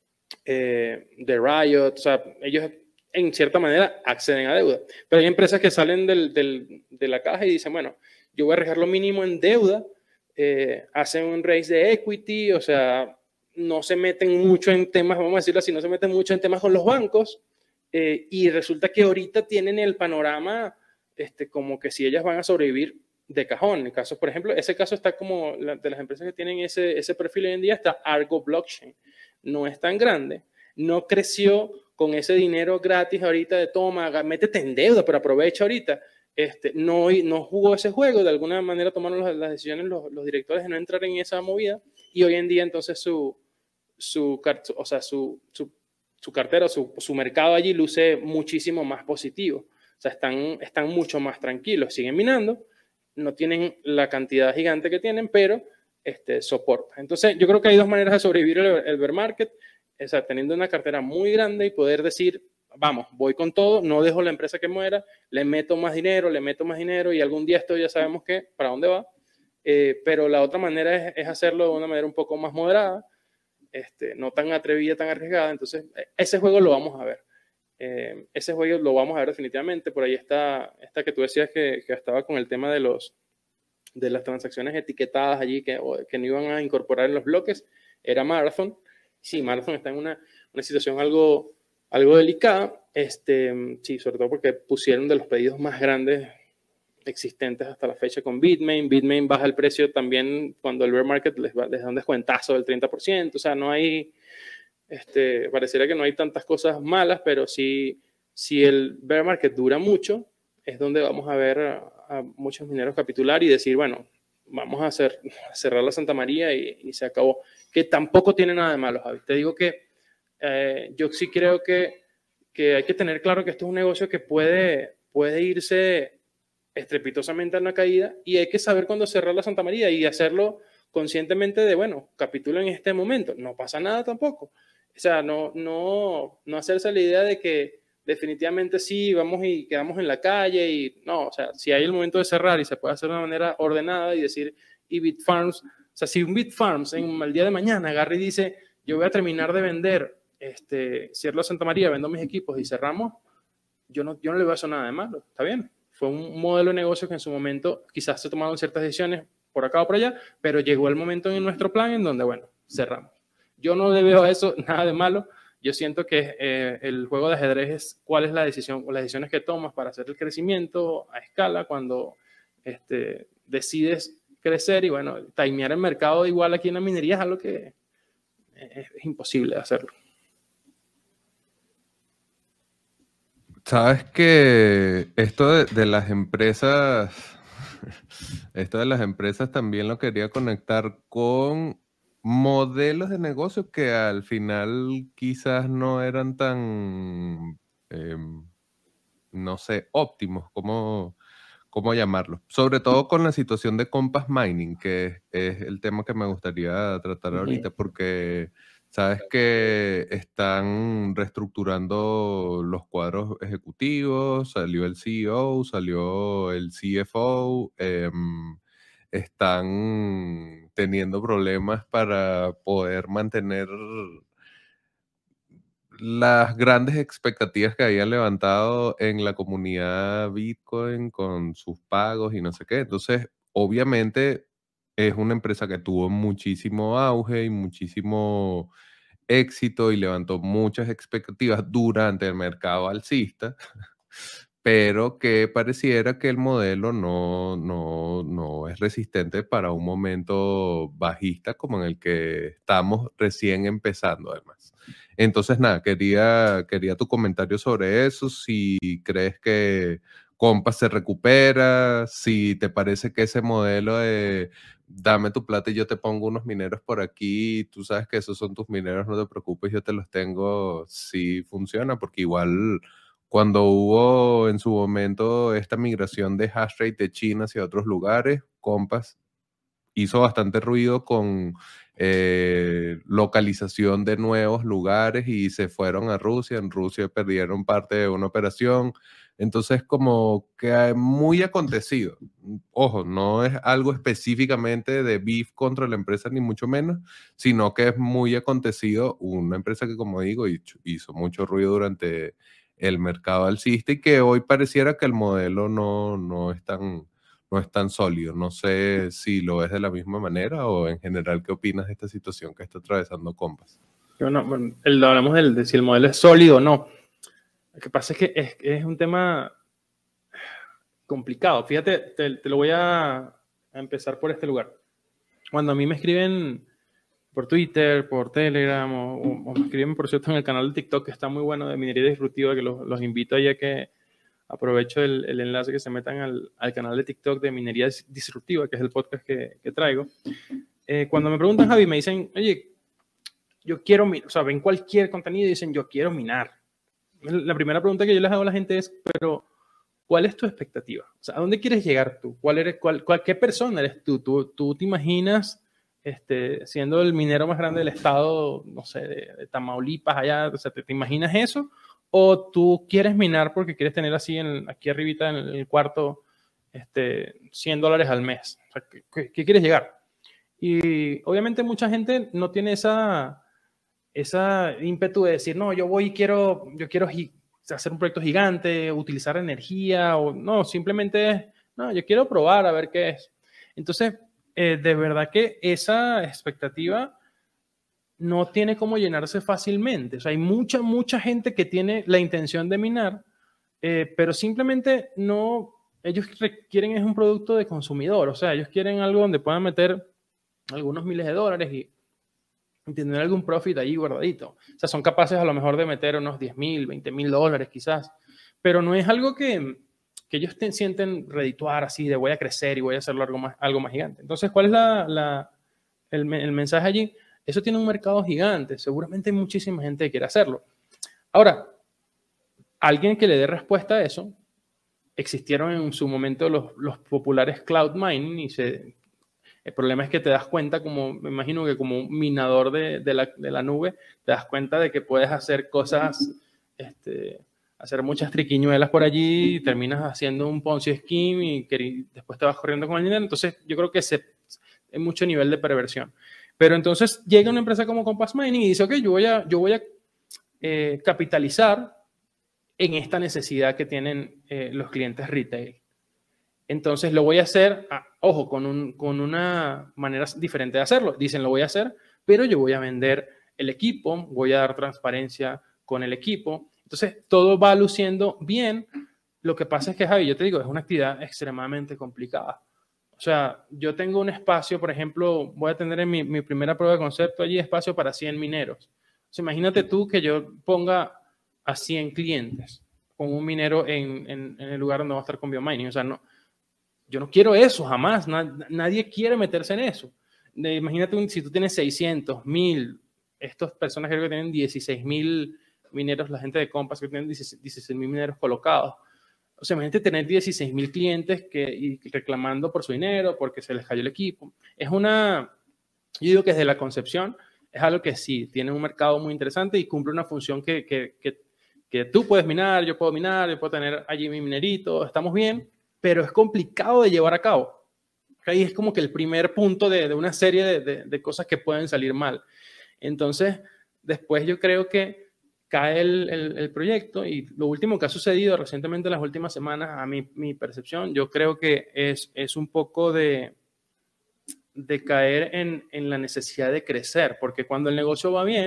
Speaker 4: eh, de Riot, o sea, ellos en cierta manera acceden a deuda. Pero hay empresas que salen del, del, de la caja y dicen, bueno, yo voy a arriesgar lo mínimo en deuda, eh, hacen un raise de equity, o sea, no se meten mucho en temas, vamos a decirlo así, no se meten mucho en temas con los bancos, eh, y resulta que ahorita tienen el panorama este, como que si ellas van a sobrevivir de cajón. En casos, por ejemplo, ese caso está como la, de las empresas que tienen ese, ese perfil hoy en día, está Argo Blockchain. No es tan grande, no creció con ese dinero gratis ahorita de toma, métete en deuda, pero aprovecha ahorita. Este, no, no jugó ese juego, de alguna manera tomaron las, las decisiones los, los directores de no entrar en esa movida y hoy en día entonces su, su, o sea, su, su, su cartera, su, su mercado allí luce muchísimo más positivo. O sea, están, están mucho más tranquilos, siguen minando, no tienen la cantidad gigante que tienen, pero este, soporta. Entonces, yo creo que hay dos maneras de sobrevivir el, el bear market, o sea, teniendo una cartera muy grande y poder decir, vamos, voy con todo, no dejo la empresa que muera, le meto más dinero, le meto más dinero y algún día esto ya sabemos que, para dónde va. Eh, pero la otra manera es, es hacerlo de una manera un poco más moderada, este, no tan atrevida, tan arriesgada. Entonces, ese juego lo vamos a ver. Eh, ese juego lo vamos a ver definitivamente. Por ahí está esta que tú decías que, que estaba con el tema de, los, de las transacciones etiquetadas allí que, que no iban a incorporar en los bloques. Era Marathon. Sí, Marathon está en una, una situación algo, algo delicada. Este, sí, sobre todo porque pusieron de los pedidos más grandes existentes hasta la fecha con Bitmain. Bitmain baja el precio también cuando el bear market les, va, les da un descuentazo del treinta por ciento. O sea, no hay... Este, pareciera que no hay tantas cosas malas, pero si, si el bear market dura mucho, es donde vamos a ver a, a muchos mineros capitular y decir, bueno, vamos a, hacer, a cerrar la Santa María y, y se acabó. Que tampoco tiene nada de malo, Javi. Te digo que eh, yo sí creo que, que hay que tener claro que esto es un negocio que puede, puede irse estrepitosamente a una caída y hay que saber cuándo cerrar la Santa María y hacerlo conscientemente de, bueno, capitulo en este momento. No pasa nada tampoco. O sea, no, no, no hacerse la idea de que definitivamente sí, vamos y quedamos en la calle y no, o sea, si hay el momento de cerrar y se puede hacer de una manera ordenada y decir, y Bitfarms, o sea, si un Bitfarms en el día de mañana agarra y dice, yo voy a terminar de vender, este, cierro Santa María, vendo mis equipos y cerramos, yo no, yo no le veo eso nada de malo, está bien. Fue un modelo de negocio que en su momento quizás se tomaron ciertas decisiones por acá o por allá, pero llegó el momento en nuestro plan en donde, bueno, cerramos. Yo no le veo a eso nada de malo. Yo siento que eh, el juego de ajedrez es cuál es la decisión o las decisiones que tomas para hacer el crecimiento a escala cuando este, decides crecer y, bueno, timear el mercado igual aquí en la minería es algo que es, es imposible hacerlo.
Speaker 3: Sabes que esto de, de las empresas, esto de las empresas también lo quería conectar con modelos de negocio que al final quizás no eran tan, eh, no sé, óptimos, ¿cómo, cómo llamarlo? Sobre todo con la situación de Compass Mining, que es, es el tema que me gustaría tratar uh-huh. ahorita, porque sabes que están reestructurando los cuadros ejecutivos, salió el C E O, salió el C F O, eh, están teniendo problemas para poder mantener las grandes expectativas que habían levantado en la comunidad Bitcoin con sus pagos y no sé qué. Entonces, obviamente, es una empresa que tuvo muchísimo auge y muchísimo éxito y levantó muchas expectativas durante el mercado alcista, pero que pareciera que el modelo no, no, no es resistente para un momento bajista como en el que estamos recién empezando además. Entonces, nada, quería, quería tu comentario sobre eso, si crees que Compass se recupera, si te parece que ese modelo de dame tu plata y yo te pongo unos mineros por aquí, tú sabes que esos son tus mineros, no te preocupes, yo te los tengo, si funciona, porque igual cuando hubo en su momento esta migración de hash rate de China hacia otros lugares, Compass hizo bastante ruido con eh, localización de nuevos lugares y se fueron a Rusia. En Rusia perdieron parte de una operación. Entonces, como que muy acontecido. Ojo, no es algo específicamente de beef contra la empresa, ni mucho menos, sino que es muy acontecido. Una empresa que, como digo, hizo mucho ruido durante el mercado alcista y que hoy pareciera que el modelo no, no es tan no es tan sólido. No sé si lo ves de la misma manera o en general, ¿qué opinas de esta situación que está atravesando Compass?
Speaker 4: Bueno, bueno el, hablamos del, de si el modelo es sólido o no. Lo que pasa es que es, es un tema complicado. Fíjate, te, te lo voy a, a empezar por este lugar. Cuando a mí me escriben por Twitter, por Telegram, o, o, o me escriben, por cierto, en el canal de TikTok, que está muy bueno, de minería disruptiva, que los, los invito a que aprovecho el, el enlace que se metan al, al canal de TikTok de Minería Disruptiva, que es el podcast que, que traigo. Eh, cuando me preguntan, Javi, me dicen, oye, yo quiero minar, o sea, ven cualquier contenido y dicen, yo quiero minar. La primera pregunta que yo les hago a la gente es, pero, ¿cuál es tu expectativa? O sea, ¿a dónde quieres llegar tú? ¿Cuál eres, cuál, cuál, ¿Qué persona eres tú? ¿Tú, tú te imaginas este, siendo el minero más grande del estado, no sé, de, de Tamaulipas, allá? O sea, ¿te, te imaginas eso? ¿O tú quieres minar porque quieres tener así en, aquí arribita en el cuarto este, cien dólares al mes? O sea, ¿qué, qué quieres llegar? Y obviamente mucha gente no tiene esa, esa ímpetu de decir, no, yo voy y quiero, yo quiero hacer un proyecto gigante, utilizar energía, o no, simplemente es, no, yo quiero probar a ver qué es. Entonces, eh, de verdad que esa expectativa no tiene cómo llenarse fácilmente. O sea, hay mucha, mucha gente que tiene la intención de minar, eh, pero simplemente no, ellos quieren es un producto de consumidor. O sea, ellos quieren algo donde puedan meter algunos miles de dólares y, y tener algún profit ahí guardadito. O sea, son capaces a lo mejor de meter unos diez mil, veinte mil dólares quizás, pero no es algo que, que ellos te sienten redituar así de voy a crecer y voy a hacerlo algo más, algo más gigante. Entonces, ¿cuál es la, la, el, el mensaje allí? Eso tiene un mercado gigante. Seguramente hay muchísima gente que quiere hacerlo. Ahora, alguien que le dé respuesta a eso, existieron en su momento los, los populares cloud mining y se, el problema es que te das cuenta, como me imagino que como un minador de, de, la, de la nube, te das cuenta de que puedes hacer cosas, este, hacer muchas triquiñuelas por allí y terminas haciendo un Ponzi scheme y, que, y después te vas corriendo con el dinero. Entonces, yo creo que se, hay mucho nivel de perversión. Pero entonces llega una empresa como Compass Mining y dice, ok, yo voy a, yo voy a eh, capitalizar en esta necesidad que tienen eh, los clientes retail. Entonces lo voy a hacer, ah, ojo, con, un, con una manera diferente de hacerlo. Dicen, lo voy a hacer, pero yo voy a vender el equipo, voy a dar transparencia con el equipo. Entonces todo va luciendo bien. Lo que pasa es que, Javi, yo te digo, es una actividad extremadamente complicada. O sea, yo tengo un espacio, por ejemplo, voy a tener en mi, mi primera prueba de concepto allí espacio para cien mineros. O sea, imagínate tú que yo ponga a cien clientes con un minero en, en, en el lugar donde va a estar con biomining. O sea, no, yo no quiero eso jamás. Na, nadie quiere meterse en eso. De, imagínate un, si tú tienes seiscientos, mil, estas personas creo que tienen dieciséis mil mineros, la gente de Compass que tienen dieciséis mil mineros colocados. O sea, imagínate tener dieciséis mil clientes que, y reclamando por su dinero, porque se les cayó el equipo. Es una, yo digo que desde la concepción es algo que sí, tiene un mercado muy interesante y cumple una función que, que, que, que tú puedes minar, yo puedo minar, yo puedo tener allí mi minerito, estamos bien, pero es complicado de llevar a cabo. Ahí es como que el primer punto de, de una serie de, de, de cosas que pueden salir mal. Entonces, después yo creo que cae el, el, el proyecto y lo último que ha sucedido recientemente en las últimas semanas, a mi, mi percepción, yo creo que es, es un poco de, de caer en, en la necesidad de crecer, porque cuando el negocio va bien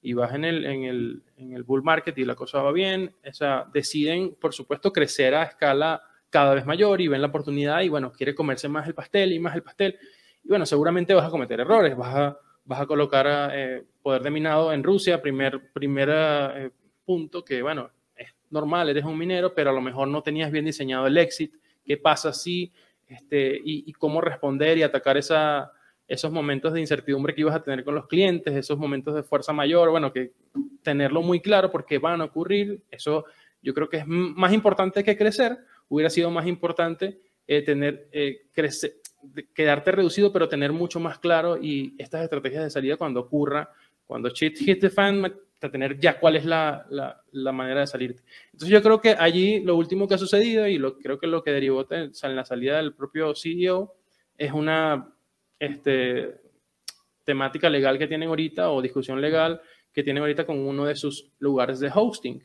Speaker 4: y vas en el, en, el, en el bull market y la cosa va bien, o sea, deciden, por supuesto, crecer a escala cada vez mayor y ven la oportunidad y, bueno, quiere comerse más el pastel y más el pastel. Y, bueno, seguramente vas a cometer errores, vas a, vas a colocar eh, poder de minado en Rusia, primer, primer eh, punto que, bueno, es normal, eres un minero, pero a lo mejor no tenías bien diseñado el exit, qué pasa si, este, y, y cómo responder y atacar esa... esos momentos de incertidumbre que ibas a tener con los clientes, esos momentos de fuerza mayor, bueno, que tenerlo muy claro porque van a ocurrir, eso yo creo que es más importante que crecer, hubiera sido más importante eh, tener, eh, crecer, quedarte reducido, pero tener mucho más claro y estas estrategias de salida cuando ocurra, cuando shit hit the fan, tener ya cuál es la, la, la manera de salirte. Entonces yo creo que allí lo último que ha sucedido y lo, creo que lo que derivó en la salida del propio C E O es una... Este, temática legal que tienen ahorita o discusión legal que tienen ahorita con uno de sus lugares de hosting.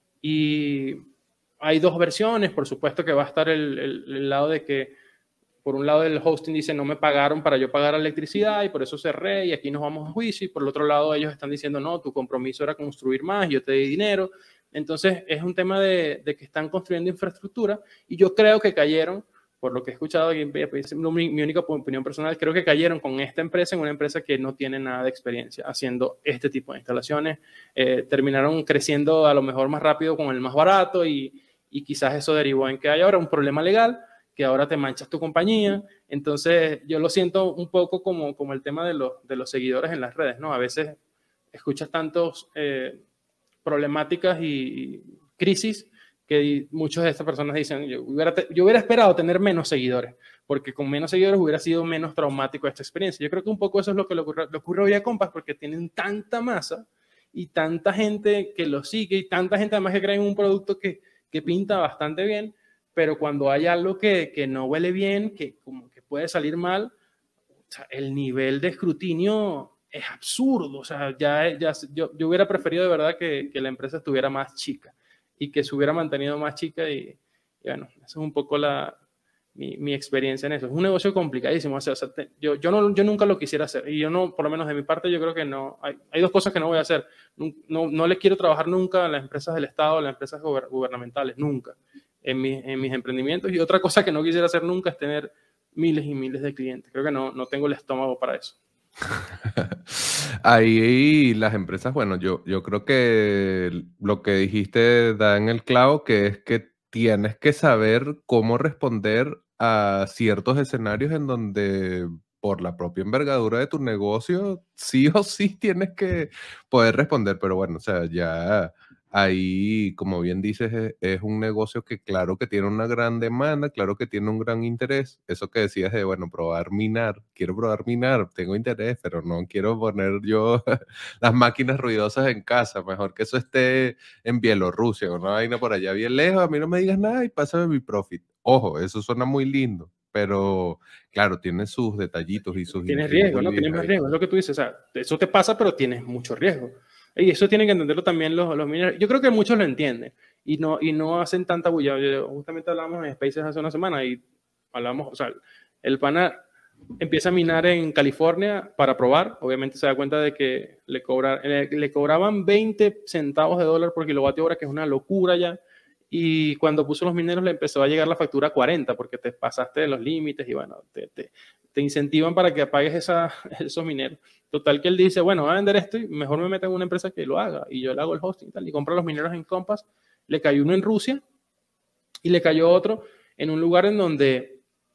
Speaker 4: Y hay dos versiones, por supuesto que va a estar el, el, el lado de que por un lado el hosting dice no me pagaron para yo pagar electricidad y por eso cerré y aquí nos vamos a juicio, y por el otro lado ellos están diciendo no, tu compromiso era construir más, yo te di dinero. Entonces es un tema de, de que están construyendo infraestructura y yo creo que cayeron, por lo que he escuchado, mi, mi única opinión personal, creo que cayeron con esta empresa en una empresa que no tiene nada de experiencia haciendo este tipo de instalaciones. Eh, terminaron creciendo a lo mejor más rápido con el más barato y, y quizás eso derivó en que hay ahora un problema legal, que ahora te manchas tu compañía. Entonces yo lo siento un poco como, como el tema de los, de los seguidores en las redes, ¿no? A veces escuchas tantos eh, problemáticas y, y crisis que muchas de estas personas dicen, yo hubiera, yo hubiera esperado tener menos seguidores, porque con menos seguidores hubiera sido menos traumático esta experiencia. Yo creo que un poco eso es lo que le ocurre, le ocurre hoy a Compass, porque tienen tanta masa y tanta gente que lo sigue y tanta gente además que cree en un producto que, que pinta bastante bien, pero cuando hay algo que, que no huele bien, que como que puede salir mal, o sea, el nivel de escrutinio es absurdo. O sea, ya, ya yo, yo hubiera preferido de verdad que, que la empresa estuviera más chica y que se hubiera mantenido más chica y, y bueno, eso es un poco la, mi, mi experiencia en eso. Es un negocio complicadísimo, o sea, o sea te, yo, yo, no, yo nunca lo quisiera hacer y yo no, por lo menos de mi parte, yo creo que no, hay, hay dos cosas que no voy a hacer. No, no, no le quiero trabajar nunca a las empresas del Estado, a las empresas gubernamentales, nunca, en, mi, en mis emprendimientos, y otra cosa que no quisiera hacer nunca es tener miles y miles de clientes. Creo que no, no tengo el estómago para eso.
Speaker 3: Ahí las empresas, bueno, yo, yo creo que lo que dijiste da en el clavo, que es que tienes que saber cómo responder a ciertos escenarios en donde por la propia envergadura de tu negocio, sí o sí tienes que poder responder, pero bueno, o sea, ya ahí, como bien dices, es, es un negocio que claro que tiene una gran demanda, claro que tiene un gran interés. Eso que decías de, bueno, probar minar, quiero probar minar, tengo interés, pero no quiero poner yo las máquinas ruidosas en casa, mejor que eso esté en Bielorrusia o una vaina por allá bien lejos, a mí no me digas nada y pásame mi profit. Ojo, eso suena muy lindo, pero claro, tiene sus detallitos y sus...
Speaker 4: Tienes riesgo, ¿no? Tienes más riesgo, es lo que tú dices, o sea, eso te pasa, pero tienes mucho riesgo. Y eso tienen que entenderlo también los, los mineros. Yo creo que muchos lo entienden y no, y no hacen tanta bulla. Yo, justamente hablábamos en Spaces hace una semana y hablamos, o sea, el pana empieza a minar en California para probar. Obviamente se da cuenta de que le, cobra, le, le cobraban veinte centavos de dólar por kilovatio hora, que es una locura ya. Y cuando puso los mineros le empezó a llegar la factura a cuarenta porque te pasaste de los límites y bueno, te, te, te incentivan para que apagues esa, esos mineros. Total que él dice, bueno, voy a vender esto y mejor me meto en una empresa que lo haga y yo le hago el hosting y tal. Y compra los mineros en Compass. Le cayó uno en Rusia y le cayó otro en un lugar en donde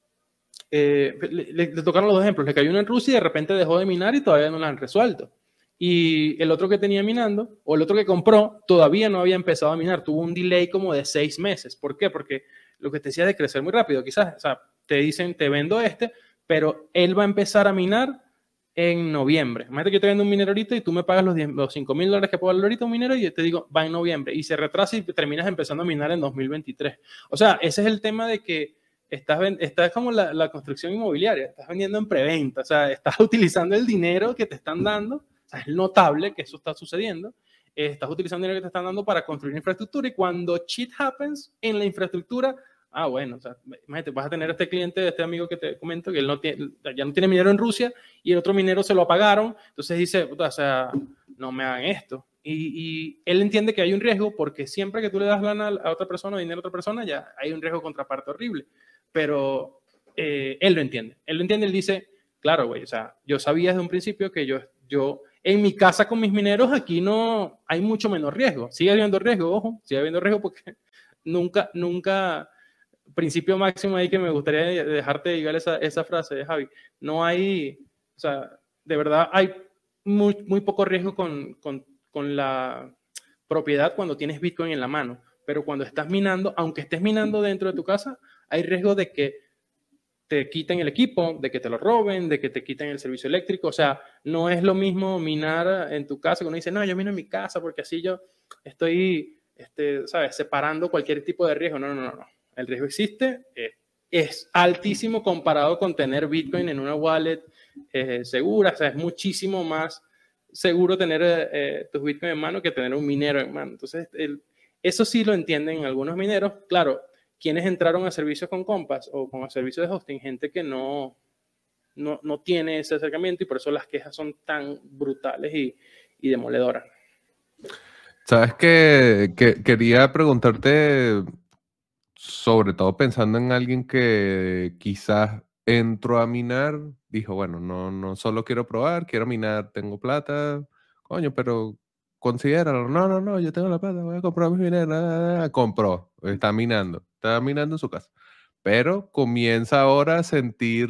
Speaker 4: eh, le, le, le tocaron los dos ejemplos. Le cayó uno en Rusia y de repente dejó de minar y todavía no lo han resuelto. Y el otro que tenía minando, o el otro que compró, todavía no había empezado a minar. Tuvo un delay como de seis meses. ¿Por qué? Porque lo que te decía de crecer muy rápido, quizás, o sea, te dicen, te vendo este, pero él va a empezar a minar en noviembre. Imagínate que yo te vendo un minero ahorita y tú me pagas los, los cinco mil dólares que puedo valer ahorita un minero y yo te digo, va en noviembre. Y se retrasa y terminas empezando a minar en dos mil veintitrés. O sea, ese es el tema de que estás, estás como la, la construcción inmobiliaria. Estás vendiendo en preventa. O sea, estás utilizando el dinero que te están dando. O sea, es notable que eso está sucediendo. Eh, estás utilizando dinero que te están dando para construir infraestructura y cuando shit happens en la infraestructura, Ah, bueno, o sea, imagínate, vas a tener a este cliente, este amigo que te comento, que él no tiene, ya no tiene minero en Rusia y el otro minero se lo apagaron, entonces dice, o sea, no me hagan esto. Y, y él entiende que hay un riesgo porque siempre que tú le das lana a otra persona o dinero a otra persona, ya hay un riesgo contraparte horrible. Pero eh, él lo entiende. Él lo entiende, él dice, claro, güey, o sea, yo sabía desde un principio que yo, yo, en mi casa con mis mineros, aquí no hay mucho menos riesgo. Sigue habiendo riesgo, ojo, sigue habiendo riesgo porque nunca, nunca, principio máximo ahí que me gustaría dejarte llegar esa, esa frase de Javi, no hay, o sea, de verdad hay muy, muy poco riesgo con, con, con la propiedad cuando tienes Bitcoin en la mano, pero cuando estás minando, aunque estés minando dentro de tu casa, hay riesgo de que te quiten el equipo, de que te lo roben, de que te quiten el servicio eléctrico. O sea, no es lo mismo minar en tu casa, que uno dice, no, yo mino en mi casa porque así yo estoy, este, ¿sabes?, separando cualquier tipo de riesgo. No, no, no, no. El riesgo existe, eh, es altísimo comparado con tener Bitcoin en una wallet eh, segura. O sea, es muchísimo más seguro tener eh, tus Bitcoin en mano que tener un minero en mano. Entonces, el, eso sí lo entienden algunos mineros. Claro, quienes entraron a servicios con Compass o con servicios de hosting, gente que no, no, no tiene ese acercamiento y por eso las quejas son tan brutales y, y demoledoras.
Speaker 3: Sabes que, que quería preguntarte, sobre todo pensando en alguien que quizás entró a minar, dijo, bueno, no, no solo quiero probar, quiero minar, tengo plata, coño, pero considéralo. No, no, no, yo tengo la plata, voy a comprar mis mineros. Compró, está minando, está minando en su casa. Pero comienza ahora a sentir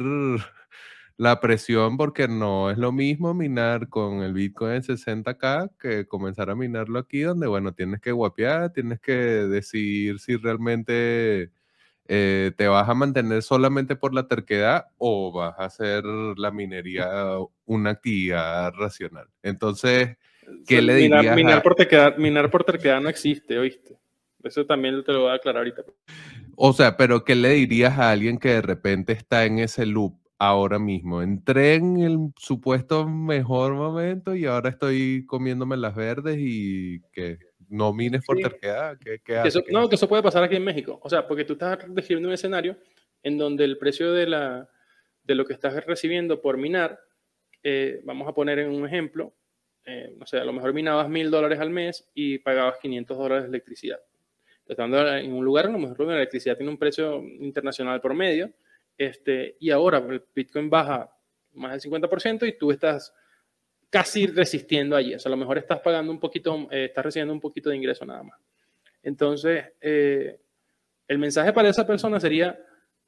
Speaker 3: la presión porque no es lo mismo minar con el Bitcoin en sesenta K que comenzar a minarlo aquí, donde, bueno, tienes que guapear, tienes que decidir si realmente eh, te vas a mantener solamente por la terquedad o vas a hacer la minería una actividad racional. Entonces, ¿qué le
Speaker 4: minar,
Speaker 3: dirías
Speaker 4: minar
Speaker 3: a...
Speaker 4: por terquedad, minar por terquedad no existe, ¿oíste? Eso también te lo voy a aclarar ahorita.
Speaker 3: O sea, pero ¿qué le dirías a alguien que de repente está en ese loop ahora mismo? Entré en el supuesto mejor momento y ahora estoy comiéndome las verdes y que no mines por
Speaker 4: Sí.
Speaker 3: terquedad. ¿Qué, qué
Speaker 4: Que
Speaker 3: hace?
Speaker 4: eso,
Speaker 3: ¿Qué
Speaker 4: no,
Speaker 3: hace?
Speaker 4: que eso puede pasar aquí en México. O sea, porque tú estás describiendo un escenario en donde el precio de, la, de lo que estás recibiendo por minar, eh, vamos a poner en un ejemplo, eh, no sé, a lo mejor minabas mil dólares al mes y pagabas quinientos dólares de electricidad. Estando en un lugar, a lo mejor la electricidad tiene un precio internacional promedio, este, y ahora el Bitcoin baja más del cincuenta por ciento y tú estás casi resistiendo allí. O sea, a lo mejor estás pagando un poquito, eh, estás recibiendo un poquito de ingreso nada más. Entonces, eh, el mensaje para esa persona sería,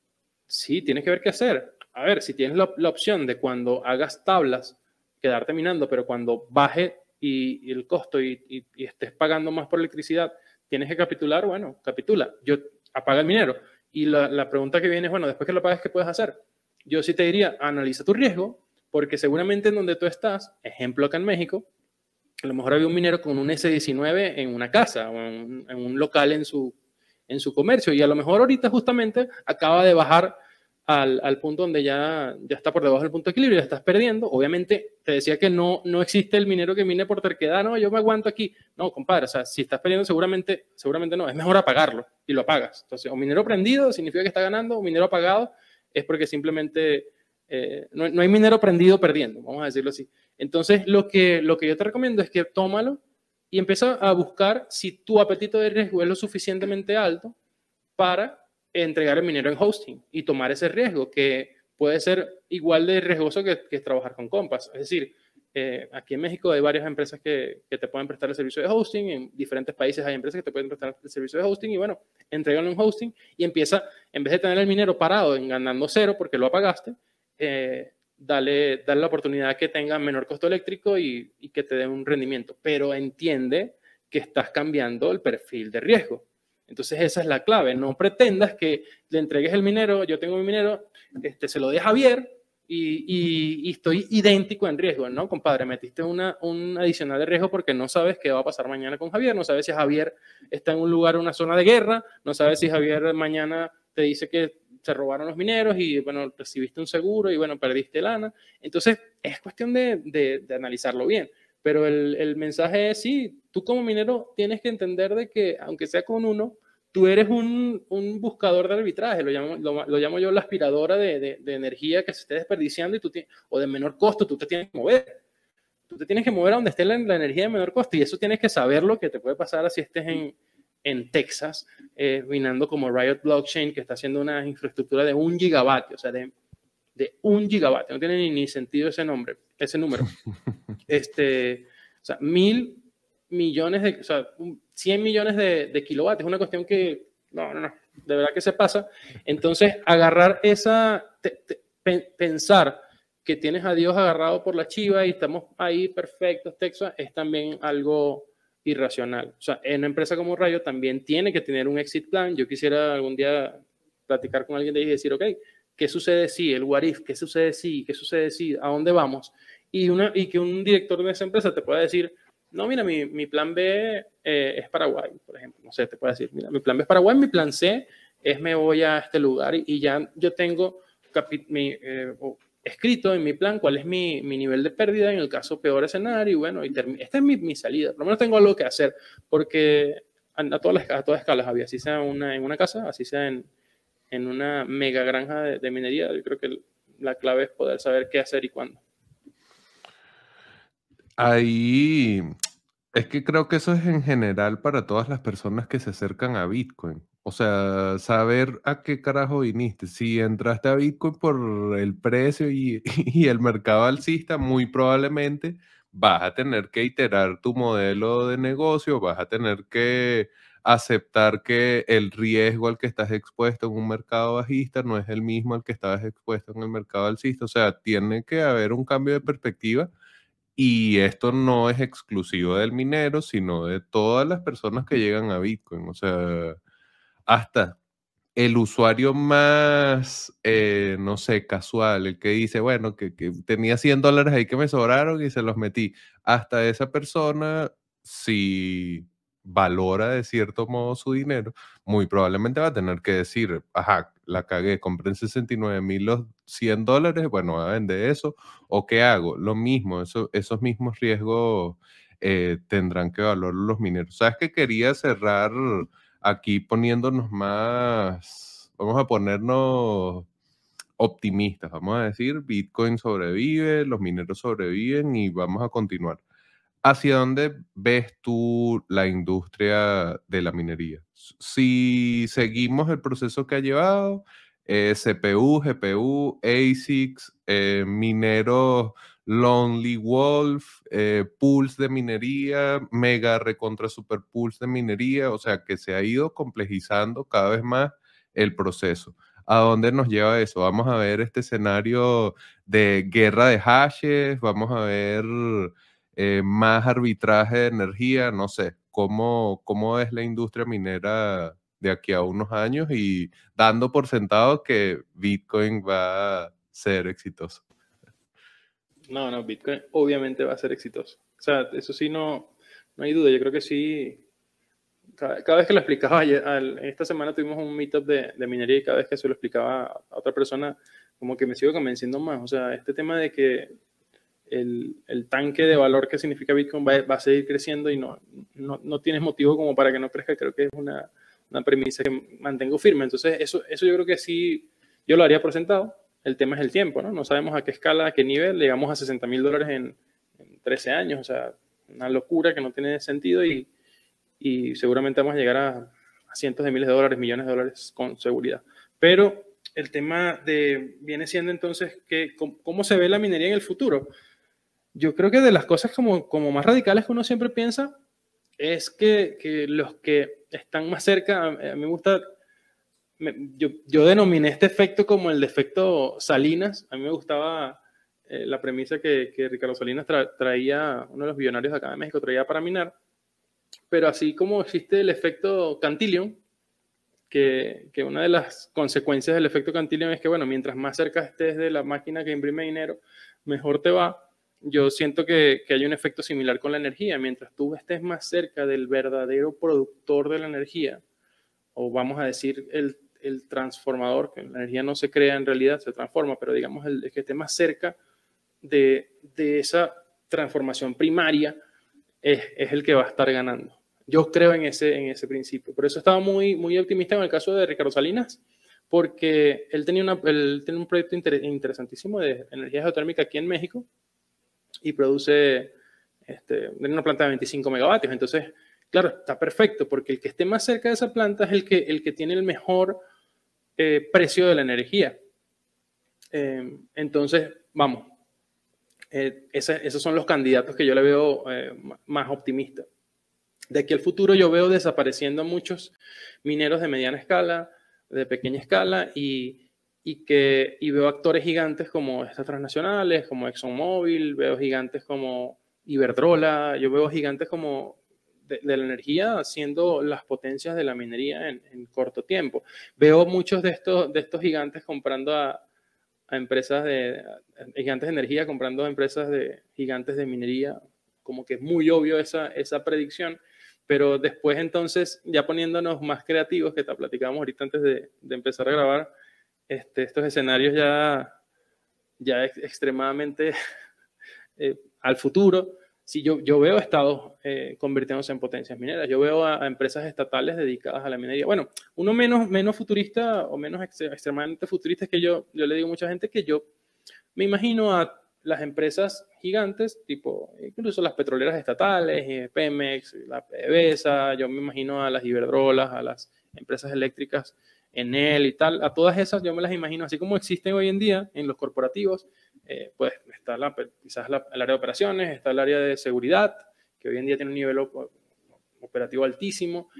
Speaker 4: sí, tienes que ver qué hacer. A ver, si tienes la, la opción de cuando hagas tablas, quedarte minando, pero cuando baje y, y el costo y, y, y estés pagando más por electricidad, tienes que capitular, bueno, capitula. Yo apaga el minero. Y la, la pregunta que viene es, bueno, después que lo pagues, ¿qué puedes hacer? Yo sí te diría, analiza tu riesgo, porque seguramente en donde tú estás, ejemplo acá en México, a lo mejor había un minero con un ese diecinueve en una casa o en, en un local en su, en su comercio y a lo mejor ahorita justamente acaba de bajar al, al punto donde ya, ya está por debajo del punto de equilibrio, ya estás perdiendo. Obviamente te decía que no, no existe el minero que mine por terquedad, no, yo me aguanto aquí. No, compadre, o sea, si estás perdiendo seguramente, seguramente no, es mejor apagarlo y lo apagas. Entonces, o minero prendido significa que está ganando, o minero apagado es porque simplemente eh, no, no hay minero prendido perdiendo, vamos a decirlo así. Entonces, lo que, lo que yo te recomiendo es que tómalo y empieza a buscar si tu apetito de riesgo es lo suficientemente alto para entregar el minero en hosting y tomar ese riesgo, que puede ser igual de riesgoso que, que trabajar con Compass. Es decir, eh, aquí en México hay varias empresas que, que te pueden prestar el servicio de hosting, en diferentes países hay empresas que te pueden prestar el servicio de hosting y bueno, entrégalo en hosting y empieza, en vez de tener el minero parado en ganando cero porque lo apagaste, eh, Dale, dale la oportunidad que tenga menor costo eléctrico y, y que te dé un rendimiento, pero entiende que estás cambiando el perfil de riesgo. Entonces esa es la clave, no pretendas que le entregues el minero, yo tengo mi minero, este, se lo dé Javier y, y, y estoy idéntico en riesgo, ¿no? Compadre, metiste una, un adicional de riesgo porque no sabes qué va a pasar mañana con Javier, no sabes si Javier está en un lugar, una zona de guerra, no sabes si Javier mañana te dice que se robaron los mineros y, bueno, recibiste un seguro y, bueno, perdiste lana. Entonces, es cuestión de, de, de analizarlo bien. Pero el, el mensaje es, sí, tú como minero tienes que entender de que, aunque sea con uno, tú eres un, un buscador de arbitraje, lo llamo, lo, lo llamo yo la aspiradora de, de, de energía que se esté desperdiciando y tú tienes, o de menor costo, tú te tienes que mover. Tú te tienes que mover a donde esté la, la energía de menor costo y eso tienes que saberlo, que te puede pasar así estés en, en Texas, eh, minando como Riot Blockchain, que está haciendo una infraestructura de un gigavatio, o sea, de, de un gigavatio. No tiene ni, ni sentido ese nombre, ese número. Este, o sea, mil millones de, o sea, cien millones de, de kilovatios. Es una cuestión que, no, no, no, de verdad que se pasa. Entonces, agarrar esa, te, te, pe, pensar que tienes a Dios agarrado por la chiva y estamos ahí perfectos, Texas, es también algo irracional. O sea, en una empresa como Rayo también tiene que tener un exit plan. Yo quisiera algún día platicar con alguien de ahí y decir, ok, ¿qué sucede si? El what if, ¿qué sucede si? ¿Qué sucede si? ¿A dónde vamos? Y, una, y que un director de esa empresa te pueda decir, no, mira, mi, mi plan B eh, es Paraguay, por ejemplo. No sé, te puede decir, mira, mi plan B es Paraguay, mi plan C es me voy a este lugar y, y ya yo tengo capi, mi, eh, escrito en mi plan cuál es mi, mi nivel de pérdida en el caso peor escenario. Y bueno, y esta es mi, mi salida. Por lo menos tengo algo que hacer, porque a, a, todas, las, a todas escalas había, así sea una, en una casa, así sea en, en una mega granja de, de minería. Yo creo que la clave es poder saber qué hacer y cuándo.
Speaker 3: Ahí es que creo que eso es en general para todas las personas que se acercan a Bitcoin. O sea, saber a qué carajo viniste. Si entraste a Bitcoin por el precio y, y el mercado alcista, muy probablemente vas a tener que iterar tu modelo de negocio, vas a tener que aceptar que el riesgo al que estás expuesto en un mercado bajista no es el mismo al que estabas expuesto en el mercado alcista. O sea, tiene que haber un cambio de perspectiva. Y esto no es exclusivo del minero, sino de todas las personas que llegan a Bitcoin. O sea, hasta el usuario más, eh, no sé, casual, el que dice, bueno, que, que tenía cien dólares ahí que me sobraron y se los metí. Hasta esa persona, si valora de cierto modo su dinero, muy probablemente va a tener que decir, ajá, la cagué, compré en sesenta y nueve mil los cien dólares, bueno, voy a vender eso, o ¿qué hago? Lo mismo, eso, esos mismos riesgos eh, tendrán que valorar los mineros. ¿Sabes que quería cerrar aquí poniéndonos más, vamos a ponernos optimistas, vamos a decir, Bitcoin sobrevive, los mineros sobreviven y vamos a continuar? ¿Hacia dónde ves tú la industria de la minería? Si seguimos el proceso que ha llevado, eh, C P U, G P U, A S I Cs, eh, mineros Lonely Wolf, eh, pools de minería, mega recontra super pools de minería, o sea que se ha ido complejizando cada vez más el proceso. ¿A dónde nos lleva eso? Vamos a ver este escenario de guerra de hashes, vamos a ver eh, más arbitraje de energía, no sé, ¿cómo, cómo es la industria minera de aquí a unos años y dando por sentado que Bitcoin va a ser exitoso?
Speaker 4: No, no, Bitcoin obviamente va a ser exitoso. O sea, eso sí, no, no hay duda. Yo creo que sí. Cada, cada vez que lo explicaba, ayer, al, esta semana tuvimos un meetup de, de minería y cada vez que se lo explicaba a otra persona, como que me sigo convenciendo más. O sea, este tema de que el, el tanque de valor que significa Bitcoin va, va a seguir creciendo y no, no, no tienes motivo como para que no crezca. Creo que es una, una premisa que mantengo firme. Entonces, eso, eso yo creo que sí, yo lo haría por sentado. El tema es el tiempo, ¿no? No sabemos a qué escala, a qué nivel. Llegamos a sesenta mil dólares en, en trece años. O sea, una locura que no tiene sentido y, y seguramente vamos a llegar a, a cientos de miles de dólares, millones de dólares con seguridad. Pero el tema de, viene siendo entonces que, ¿cómo, cómo se ve la minería en el futuro? Yo creo que de las cosas como, como más radicales que uno siempre piensa es que, que los que están más cerca, a, a mí me gusta, me, yo, yo denominé este efecto como el efecto Salinas. A mí me gustaba eh, la premisa que, que Ricardo Salinas tra, traía, uno de los billonarios de acá de México, traía para minar. Pero así como existe el efecto Cantillon, que, que una de las consecuencias del efecto Cantillon es que, bueno, mientras más cerca estés de la máquina que imprime dinero, mejor te va. Yo siento que, que hay un efecto similar con la energía. Mientras tú estés más cerca del verdadero productor de la energía, o vamos a decir el, el transformador, que la energía no se crea en realidad, se transforma, pero digamos el, el que esté más cerca de, de esa transformación primaria es, es el que va a estar ganando. yo creo en ese, en ese principio. Por eso estaba muy, muy optimista en el caso de Ricardo Salinas, porque él tenía, una, él tenía un proyecto inter, interesantísimo de energía geotérmica aquí en México y produce este, una planta de veinticinco megavatios. Entonces, claro, está perfecto, porque el que esté más cerca de esa planta es el que, el que tiene el mejor eh, precio de la energía. Eh, entonces, vamos, eh, ese, esos son los candidatos que yo le veo eh, más optimistas. De aquí al futuro yo veo desapareciendo muchos mineros de mediana escala, de pequeña escala, y, y, que, y veo actores gigantes como estas transnacionales, como ExxonMobil, veo gigantes como Iberdrola, yo veo gigantes como de, de la energía siendo las potencias de la minería en, en corto tiempo. Veo muchos de estos, de estos gigantes comprando a, a empresas de a gigantes de energía, comprando a empresas de gigantes de minería, como que es muy obvio esa, esa predicción. Pero después entonces, ya poniéndonos más creativos, que te platicábamos ahorita antes de, de empezar a grabar, este, estos escenarios ya, ya ex, extremadamente eh, al futuro, si yo, yo veo estados eh, convirtiéndose en potencias mineras, yo veo a, a empresas estatales dedicadas a la minería. Bueno, uno menos, menos futurista o menos ex, extremadamente futurista es que yo, yo le digo a mucha gente que yo me imagino a las empresas gigantes, tipo incluso las petroleras estatales, Pemex, la PDVSA, yo me imagino a las Iberdrolas, a las empresas eléctricas Enel y tal, a todas esas yo me las imagino, así como existen hoy en día en los corporativos, eh, pues está la, quizás la, el área de operaciones, está el área de seguridad, que hoy en día tiene un nivel operativo altísimo,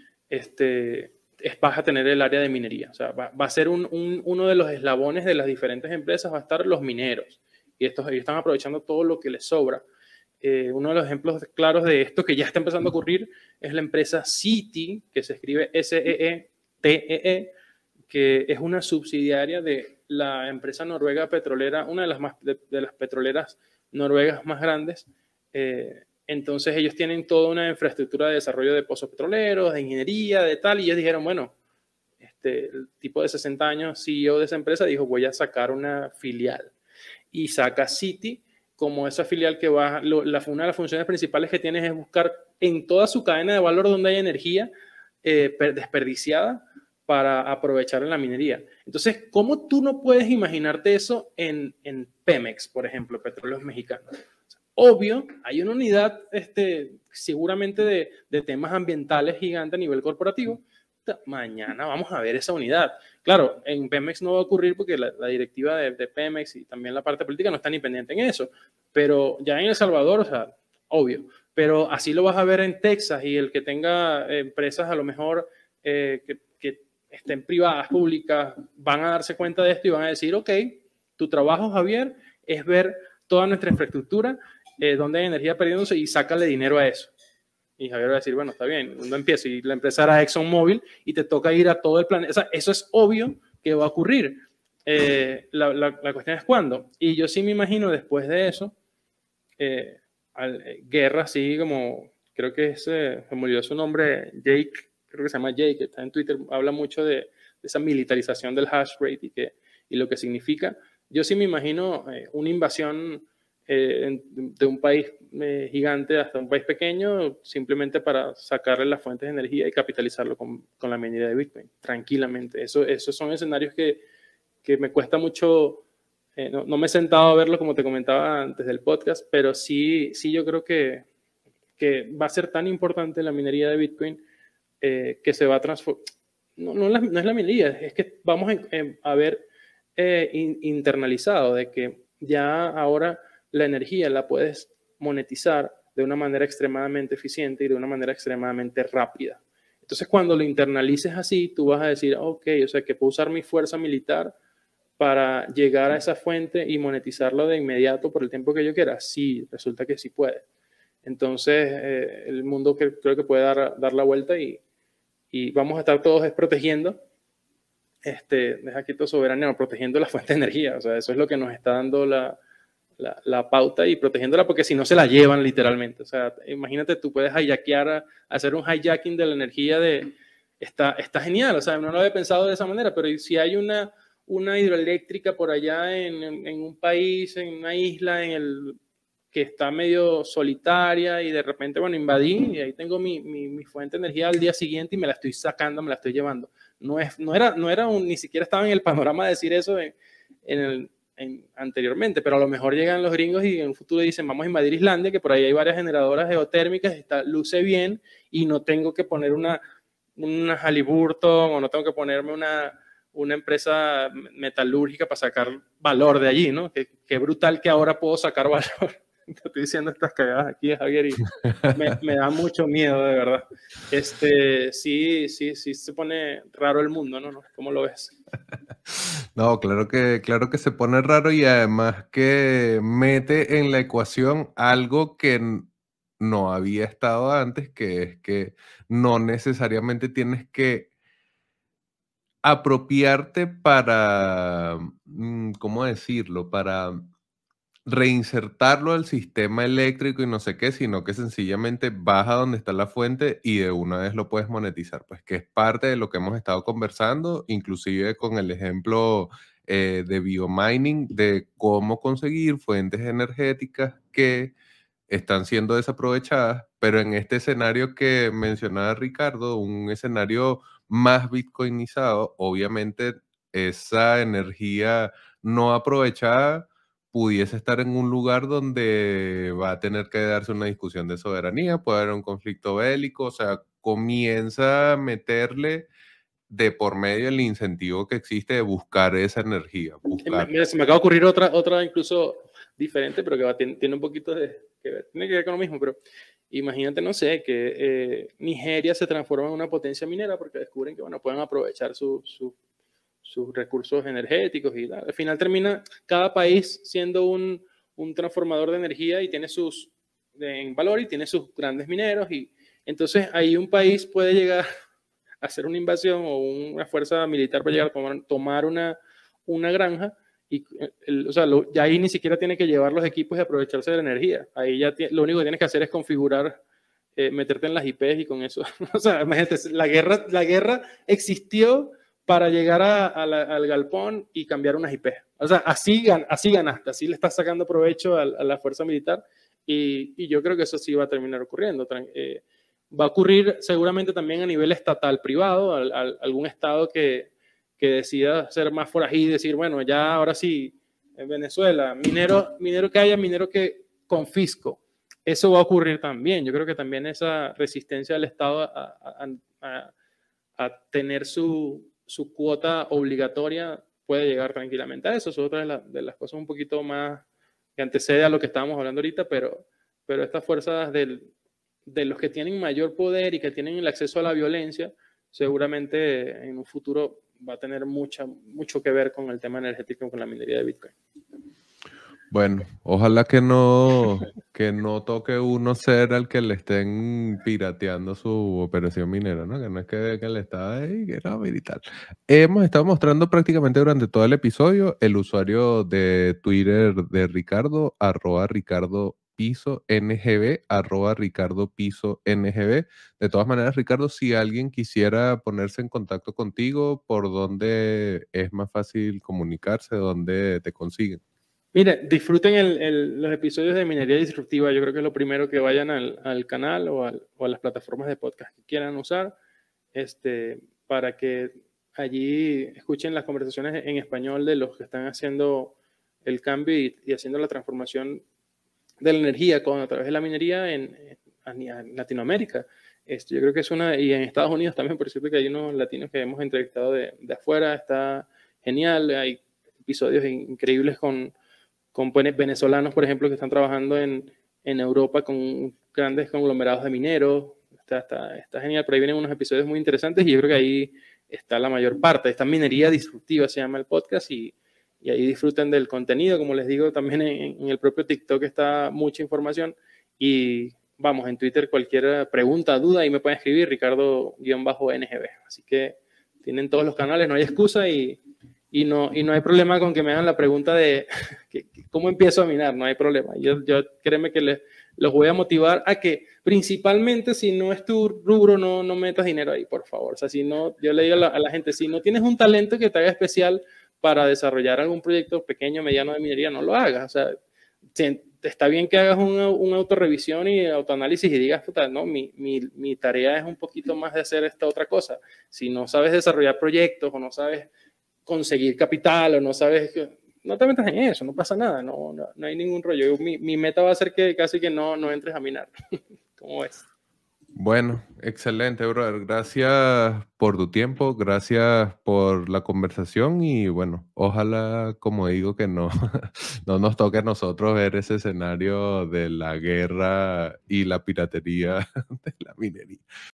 Speaker 4: este, es, vas a tener el área de minería, o sea, va, va a ser un, un, uno de los eslabones de las diferentes empresas, va a estar los mineros. Y estos, ellos están aprovechando todo lo que les sobra. Eh, uno de los ejemplos claros de esto que ya está empezando a ocurrir es la empresa Seti, que se escribe S E E T E E, que es una subsidiaria de la empresa noruega petrolera, una de las, más, de, de las petroleras noruegas más grandes. Eh, entonces ellos tienen toda una infraestructura de desarrollo de pozos petroleros, de ingeniería, de tal, y ellos dijeron, bueno, este, el tipo de sesenta años, C E O de esa empresa, dijo, voy a sacar una filial. Y saca Seti como esa filial que va, lo, la, una de las funciones principales que tienes es buscar en toda su cadena de valor donde hay energía eh, desperdiciada para aprovechar en la minería. Entonces, ¿cómo tú no puedes imaginarte eso en, en Pemex, por ejemplo, Petróleos Mexicanos? Obvio, hay una unidad este, seguramente de, de temas ambientales gigante a nivel corporativo. Mañana vamos a ver esa unidad. Claro, en Pemex no va a ocurrir porque la, la directiva de, de Pemex y también la parte política no está ni pendiente en eso, pero ya en El Salvador, o sea, obvio, pero así lo vas a ver en Texas y el que tenga eh, empresas a lo mejor eh, que, que estén privadas, públicas, van a darse cuenta de esto y van a decir, ok, tu trabajo, Javier, es ver toda nuestra infraestructura, eh, donde hay energía perdiéndose y sácale dinero a eso. Y Javier va a decir, bueno, está bien, no empiezo. Y la empresa era ExxonMobil y te toca ir a todo el planeta. O sea, eso es obvio que va a ocurrir. Eh, la, la, la cuestión es cuándo. Y yo sí me imagino después de eso, eh, al, eh, guerra así como, creo que es, eh, se me olvidó su nombre, Jake, creo que se llama Jake, que está en Twitter, habla mucho de, de esa militarización del hash rate y, que, y lo que significa. Yo sí me imagino eh, una invasión eh, de un país eh, gigante hasta un país pequeño, simplemente para sacarle las fuentes de energía y capitalizarlo con, con la minería de Bitcoin, tranquilamente. Eso, esos son escenarios que, que me cuesta mucho, eh, no, no me he sentado a verlo como te comentaba antes del podcast, pero sí, sí yo creo que, que va a ser tan importante la minería de Bitcoin eh, que se va a transformar. No, no, la, no es la minería, es que vamos a, a ver eh, in, internalizado de que ya ahora la energía la puedes monetizar de una manera extremadamente eficiente y de una manera extremadamente rápida. Entonces, cuando lo internalices así, tú vas a decir, ok, o sea, que puedo usar mi fuerza militar para llegar a esa fuente y monetizarlo de inmediato por el tiempo que yo quiera. Sí, resulta que sí puede. Entonces, eh, el mundo que, creo que puede dar, dar la vuelta y, y vamos a estar todos protegiendo, este, deja quieto soberanía, protegiendo la fuente de energía. O sea, eso es lo que nos está dando la... La, la pauta y protegiéndola porque si no se la llevan literalmente. O sea, imagínate, tú puedes hijackear, hacer un hijacking de la energía de... Está, está genial, o sea, no lo había pensado de esa manera, pero si hay una, una hidroeléctrica por allá en, en, en un país, en una isla, en el que está medio solitaria y de repente, bueno, invadí y ahí tengo mi, mi, mi fuente de energía al día siguiente y me la estoy sacando, me la estoy llevando. No, es, no era, no era un, ni siquiera estaba en el panorama de decir eso en, en el, en, anteriormente, pero a lo mejor llegan los gringos y en un futuro dicen, vamos a invadir Islandia, que por ahí hay varias generadoras geotérmicas, está, luce bien y no tengo que poner una, una Halliburton o no tengo que ponerme una... una empresa metalúrgica para sacar valor de allí, ¿no? Qué, qué brutal que ahora puedo sacar valor. Te estoy diciendo estas cagadas aquí, Javier, y me, me da mucho miedo, de verdad. Este, sí, sí, sí se pone raro el mundo, ¿no? ¿Cómo lo ves?
Speaker 3: No, claro que, claro que se pone raro y además que mete en la ecuación algo que no había estado antes, que es que no necesariamente tienes que apropiarte para, mm, ¿cómo decirlo? Para reinsertarlo al sistema eléctrico y no sé qué, sino que sencillamente vas a donde está la fuente y de una vez lo puedes monetizar, pues que es parte de lo que hemos estado conversando, inclusive con el ejemplo eh, de biomining, de cómo conseguir fuentes energéticas que están siendo desaprovechadas, pero en este escenario que mencionaba Ricardo, un escenario más bitcoinizado, obviamente esa energía no aprovechada pudiese estar en un lugar donde va a tener que darse una discusión de soberanía, puede haber un conflicto bélico, o sea, comienza a meterle de por medio el incentivo que existe de buscar esa energía. Buscar.
Speaker 4: Mira, se me acaba de ocurrir otra, otra incluso diferente, pero que va, tiene, tiene un poquito de que ver, tiene que ver con lo mismo, pero imagínate, no sé, que eh, Nigeria se transforma en una potencia minera porque descubren que, bueno, pueden aprovechar su, su sus recursos energéticos y tal. Al final termina cada país siendo un, un transformador de energía y tiene sus, de, en valor y tiene sus grandes mineros y entonces ahí un país puede llegar a hacer una invasión o una fuerza militar para llegar a tomar, tomar una, una granja y el, o sea, lo, ya ahí ni siquiera tiene que llevar los equipos y aprovecharse de la energía. Ahí ya tiene, lo único que tienes que hacer es configurar, eh, meterte en las I Pes y con eso. O sea, imagínate, la guerra, la guerra existió para llegar a, a la, al galpón y cambiar unas I Pes. O sea, así, así ganaste, así le estás sacando provecho a, a la fuerza militar y, y yo creo que eso sí va a terminar ocurriendo. Eh, va a ocurrir seguramente también a nivel estatal privado, a, a, algún estado que, que decida ser más forajido y decir, bueno, ya ahora sí, en Venezuela, minero, minero que haya, minero que confisco. Eso va a ocurrir también. Yo creo que también esa resistencia del Estado a, a, a, a tener su su cuota obligatoria puede llegar tranquilamente a eso. Eso es otra de, la, de las cosas un poquito más que antecede a lo que estábamos hablando ahorita, pero, pero estas fuerzas del, de los que tienen mayor poder y que tienen el acceso a la violencia, seguramente en un futuro va a tener mucha, mucho que ver con el tema energético, con la minería de Bitcoin.
Speaker 3: Bueno, ojalá que no, que no toque uno ser al que le estén pirateando su operación minera, ¿no? Que no es que, que le está ahí, que no, y tal. Hemos estado mostrando prácticamente durante todo el episodio el usuario de Twitter de Ricardo, arroba Ricardo Piso N G B, arroba Ricardo Piso N G B. De todas maneras, Ricardo, si alguien quisiera ponerse en contacto contigo, ¿por dónde es más fácil comunicarse? ¿Dónde te consiguen?
Speaker 4: Mira, disfruten el, el, los episodios de Minería Disruptiva. Yo creo que es lo primero que vayan al, al canal o, al, o a las plataformas de podcast que quieran usar, este, para que allí escuchen las conversaciones en español de los que están haciendo el cambio y, y haciendo la transformación de la energía con, a través de la minería en, en, en Latinoamérica. Este, yo creo que es una, y en Estados Unidos también, por cierto que hay unos latinos que hemos entrevistado de, de afuera, está genial, hay episodios increíbles con con venezolanos, por ejemplo, que están trabajando en, en Europa con grandes conglomerados de mineros. Está, está, está genial, por ahí vienen unos episodios muy interesantes y yo creo que ahí está la mayor parte. Esta minería disruptiva se llama el podcast y, y ahí disfruten del contenido. Como les digo, también en, en el propio TikTok está mucha información y vamos, en Twitter cualquier pregunta, duda, ahí me pueden escribir, Ricardo-N G B. Así que tienen todos los canales, no hay excusa y... Y no, y no hay problema con que me hagan la pregunta de cómo empiezo a minar, no hay problema. Yo, yo créeme que les, los voy a motivar a que principalmente si no es tu rubro, no, no metas dinero ahí, por favor. O sea, si no, yo le digo a la, a la gente, si no tienes un talento que te haga especial para desarrollar algún proyecto pequeño, mediano de minería, no lo hagas. O sea, está bien que hagas una, una autorrevisión y autoanálisis y digas, puta, no, mi, mi, mi tarea es un poquito más de hacer esta otra cosa. Si no sabes desarrollar proyectos o no sabes conseguir capital o no sabes, no te metas en eso, no pasa nada, no, no, no hay ningún rollo. Mi, mi meta va a ser que casi que no, no entres a minar. ¿Cómo ves?
Speaker 3: Bueno, excelente, brother. Gracias por tu tiempo, gracias por la conversación y bueno, ojalá, como digo, que no, no nos toque a nosotros ver ese escenario de la guerra y la piratería de la minería.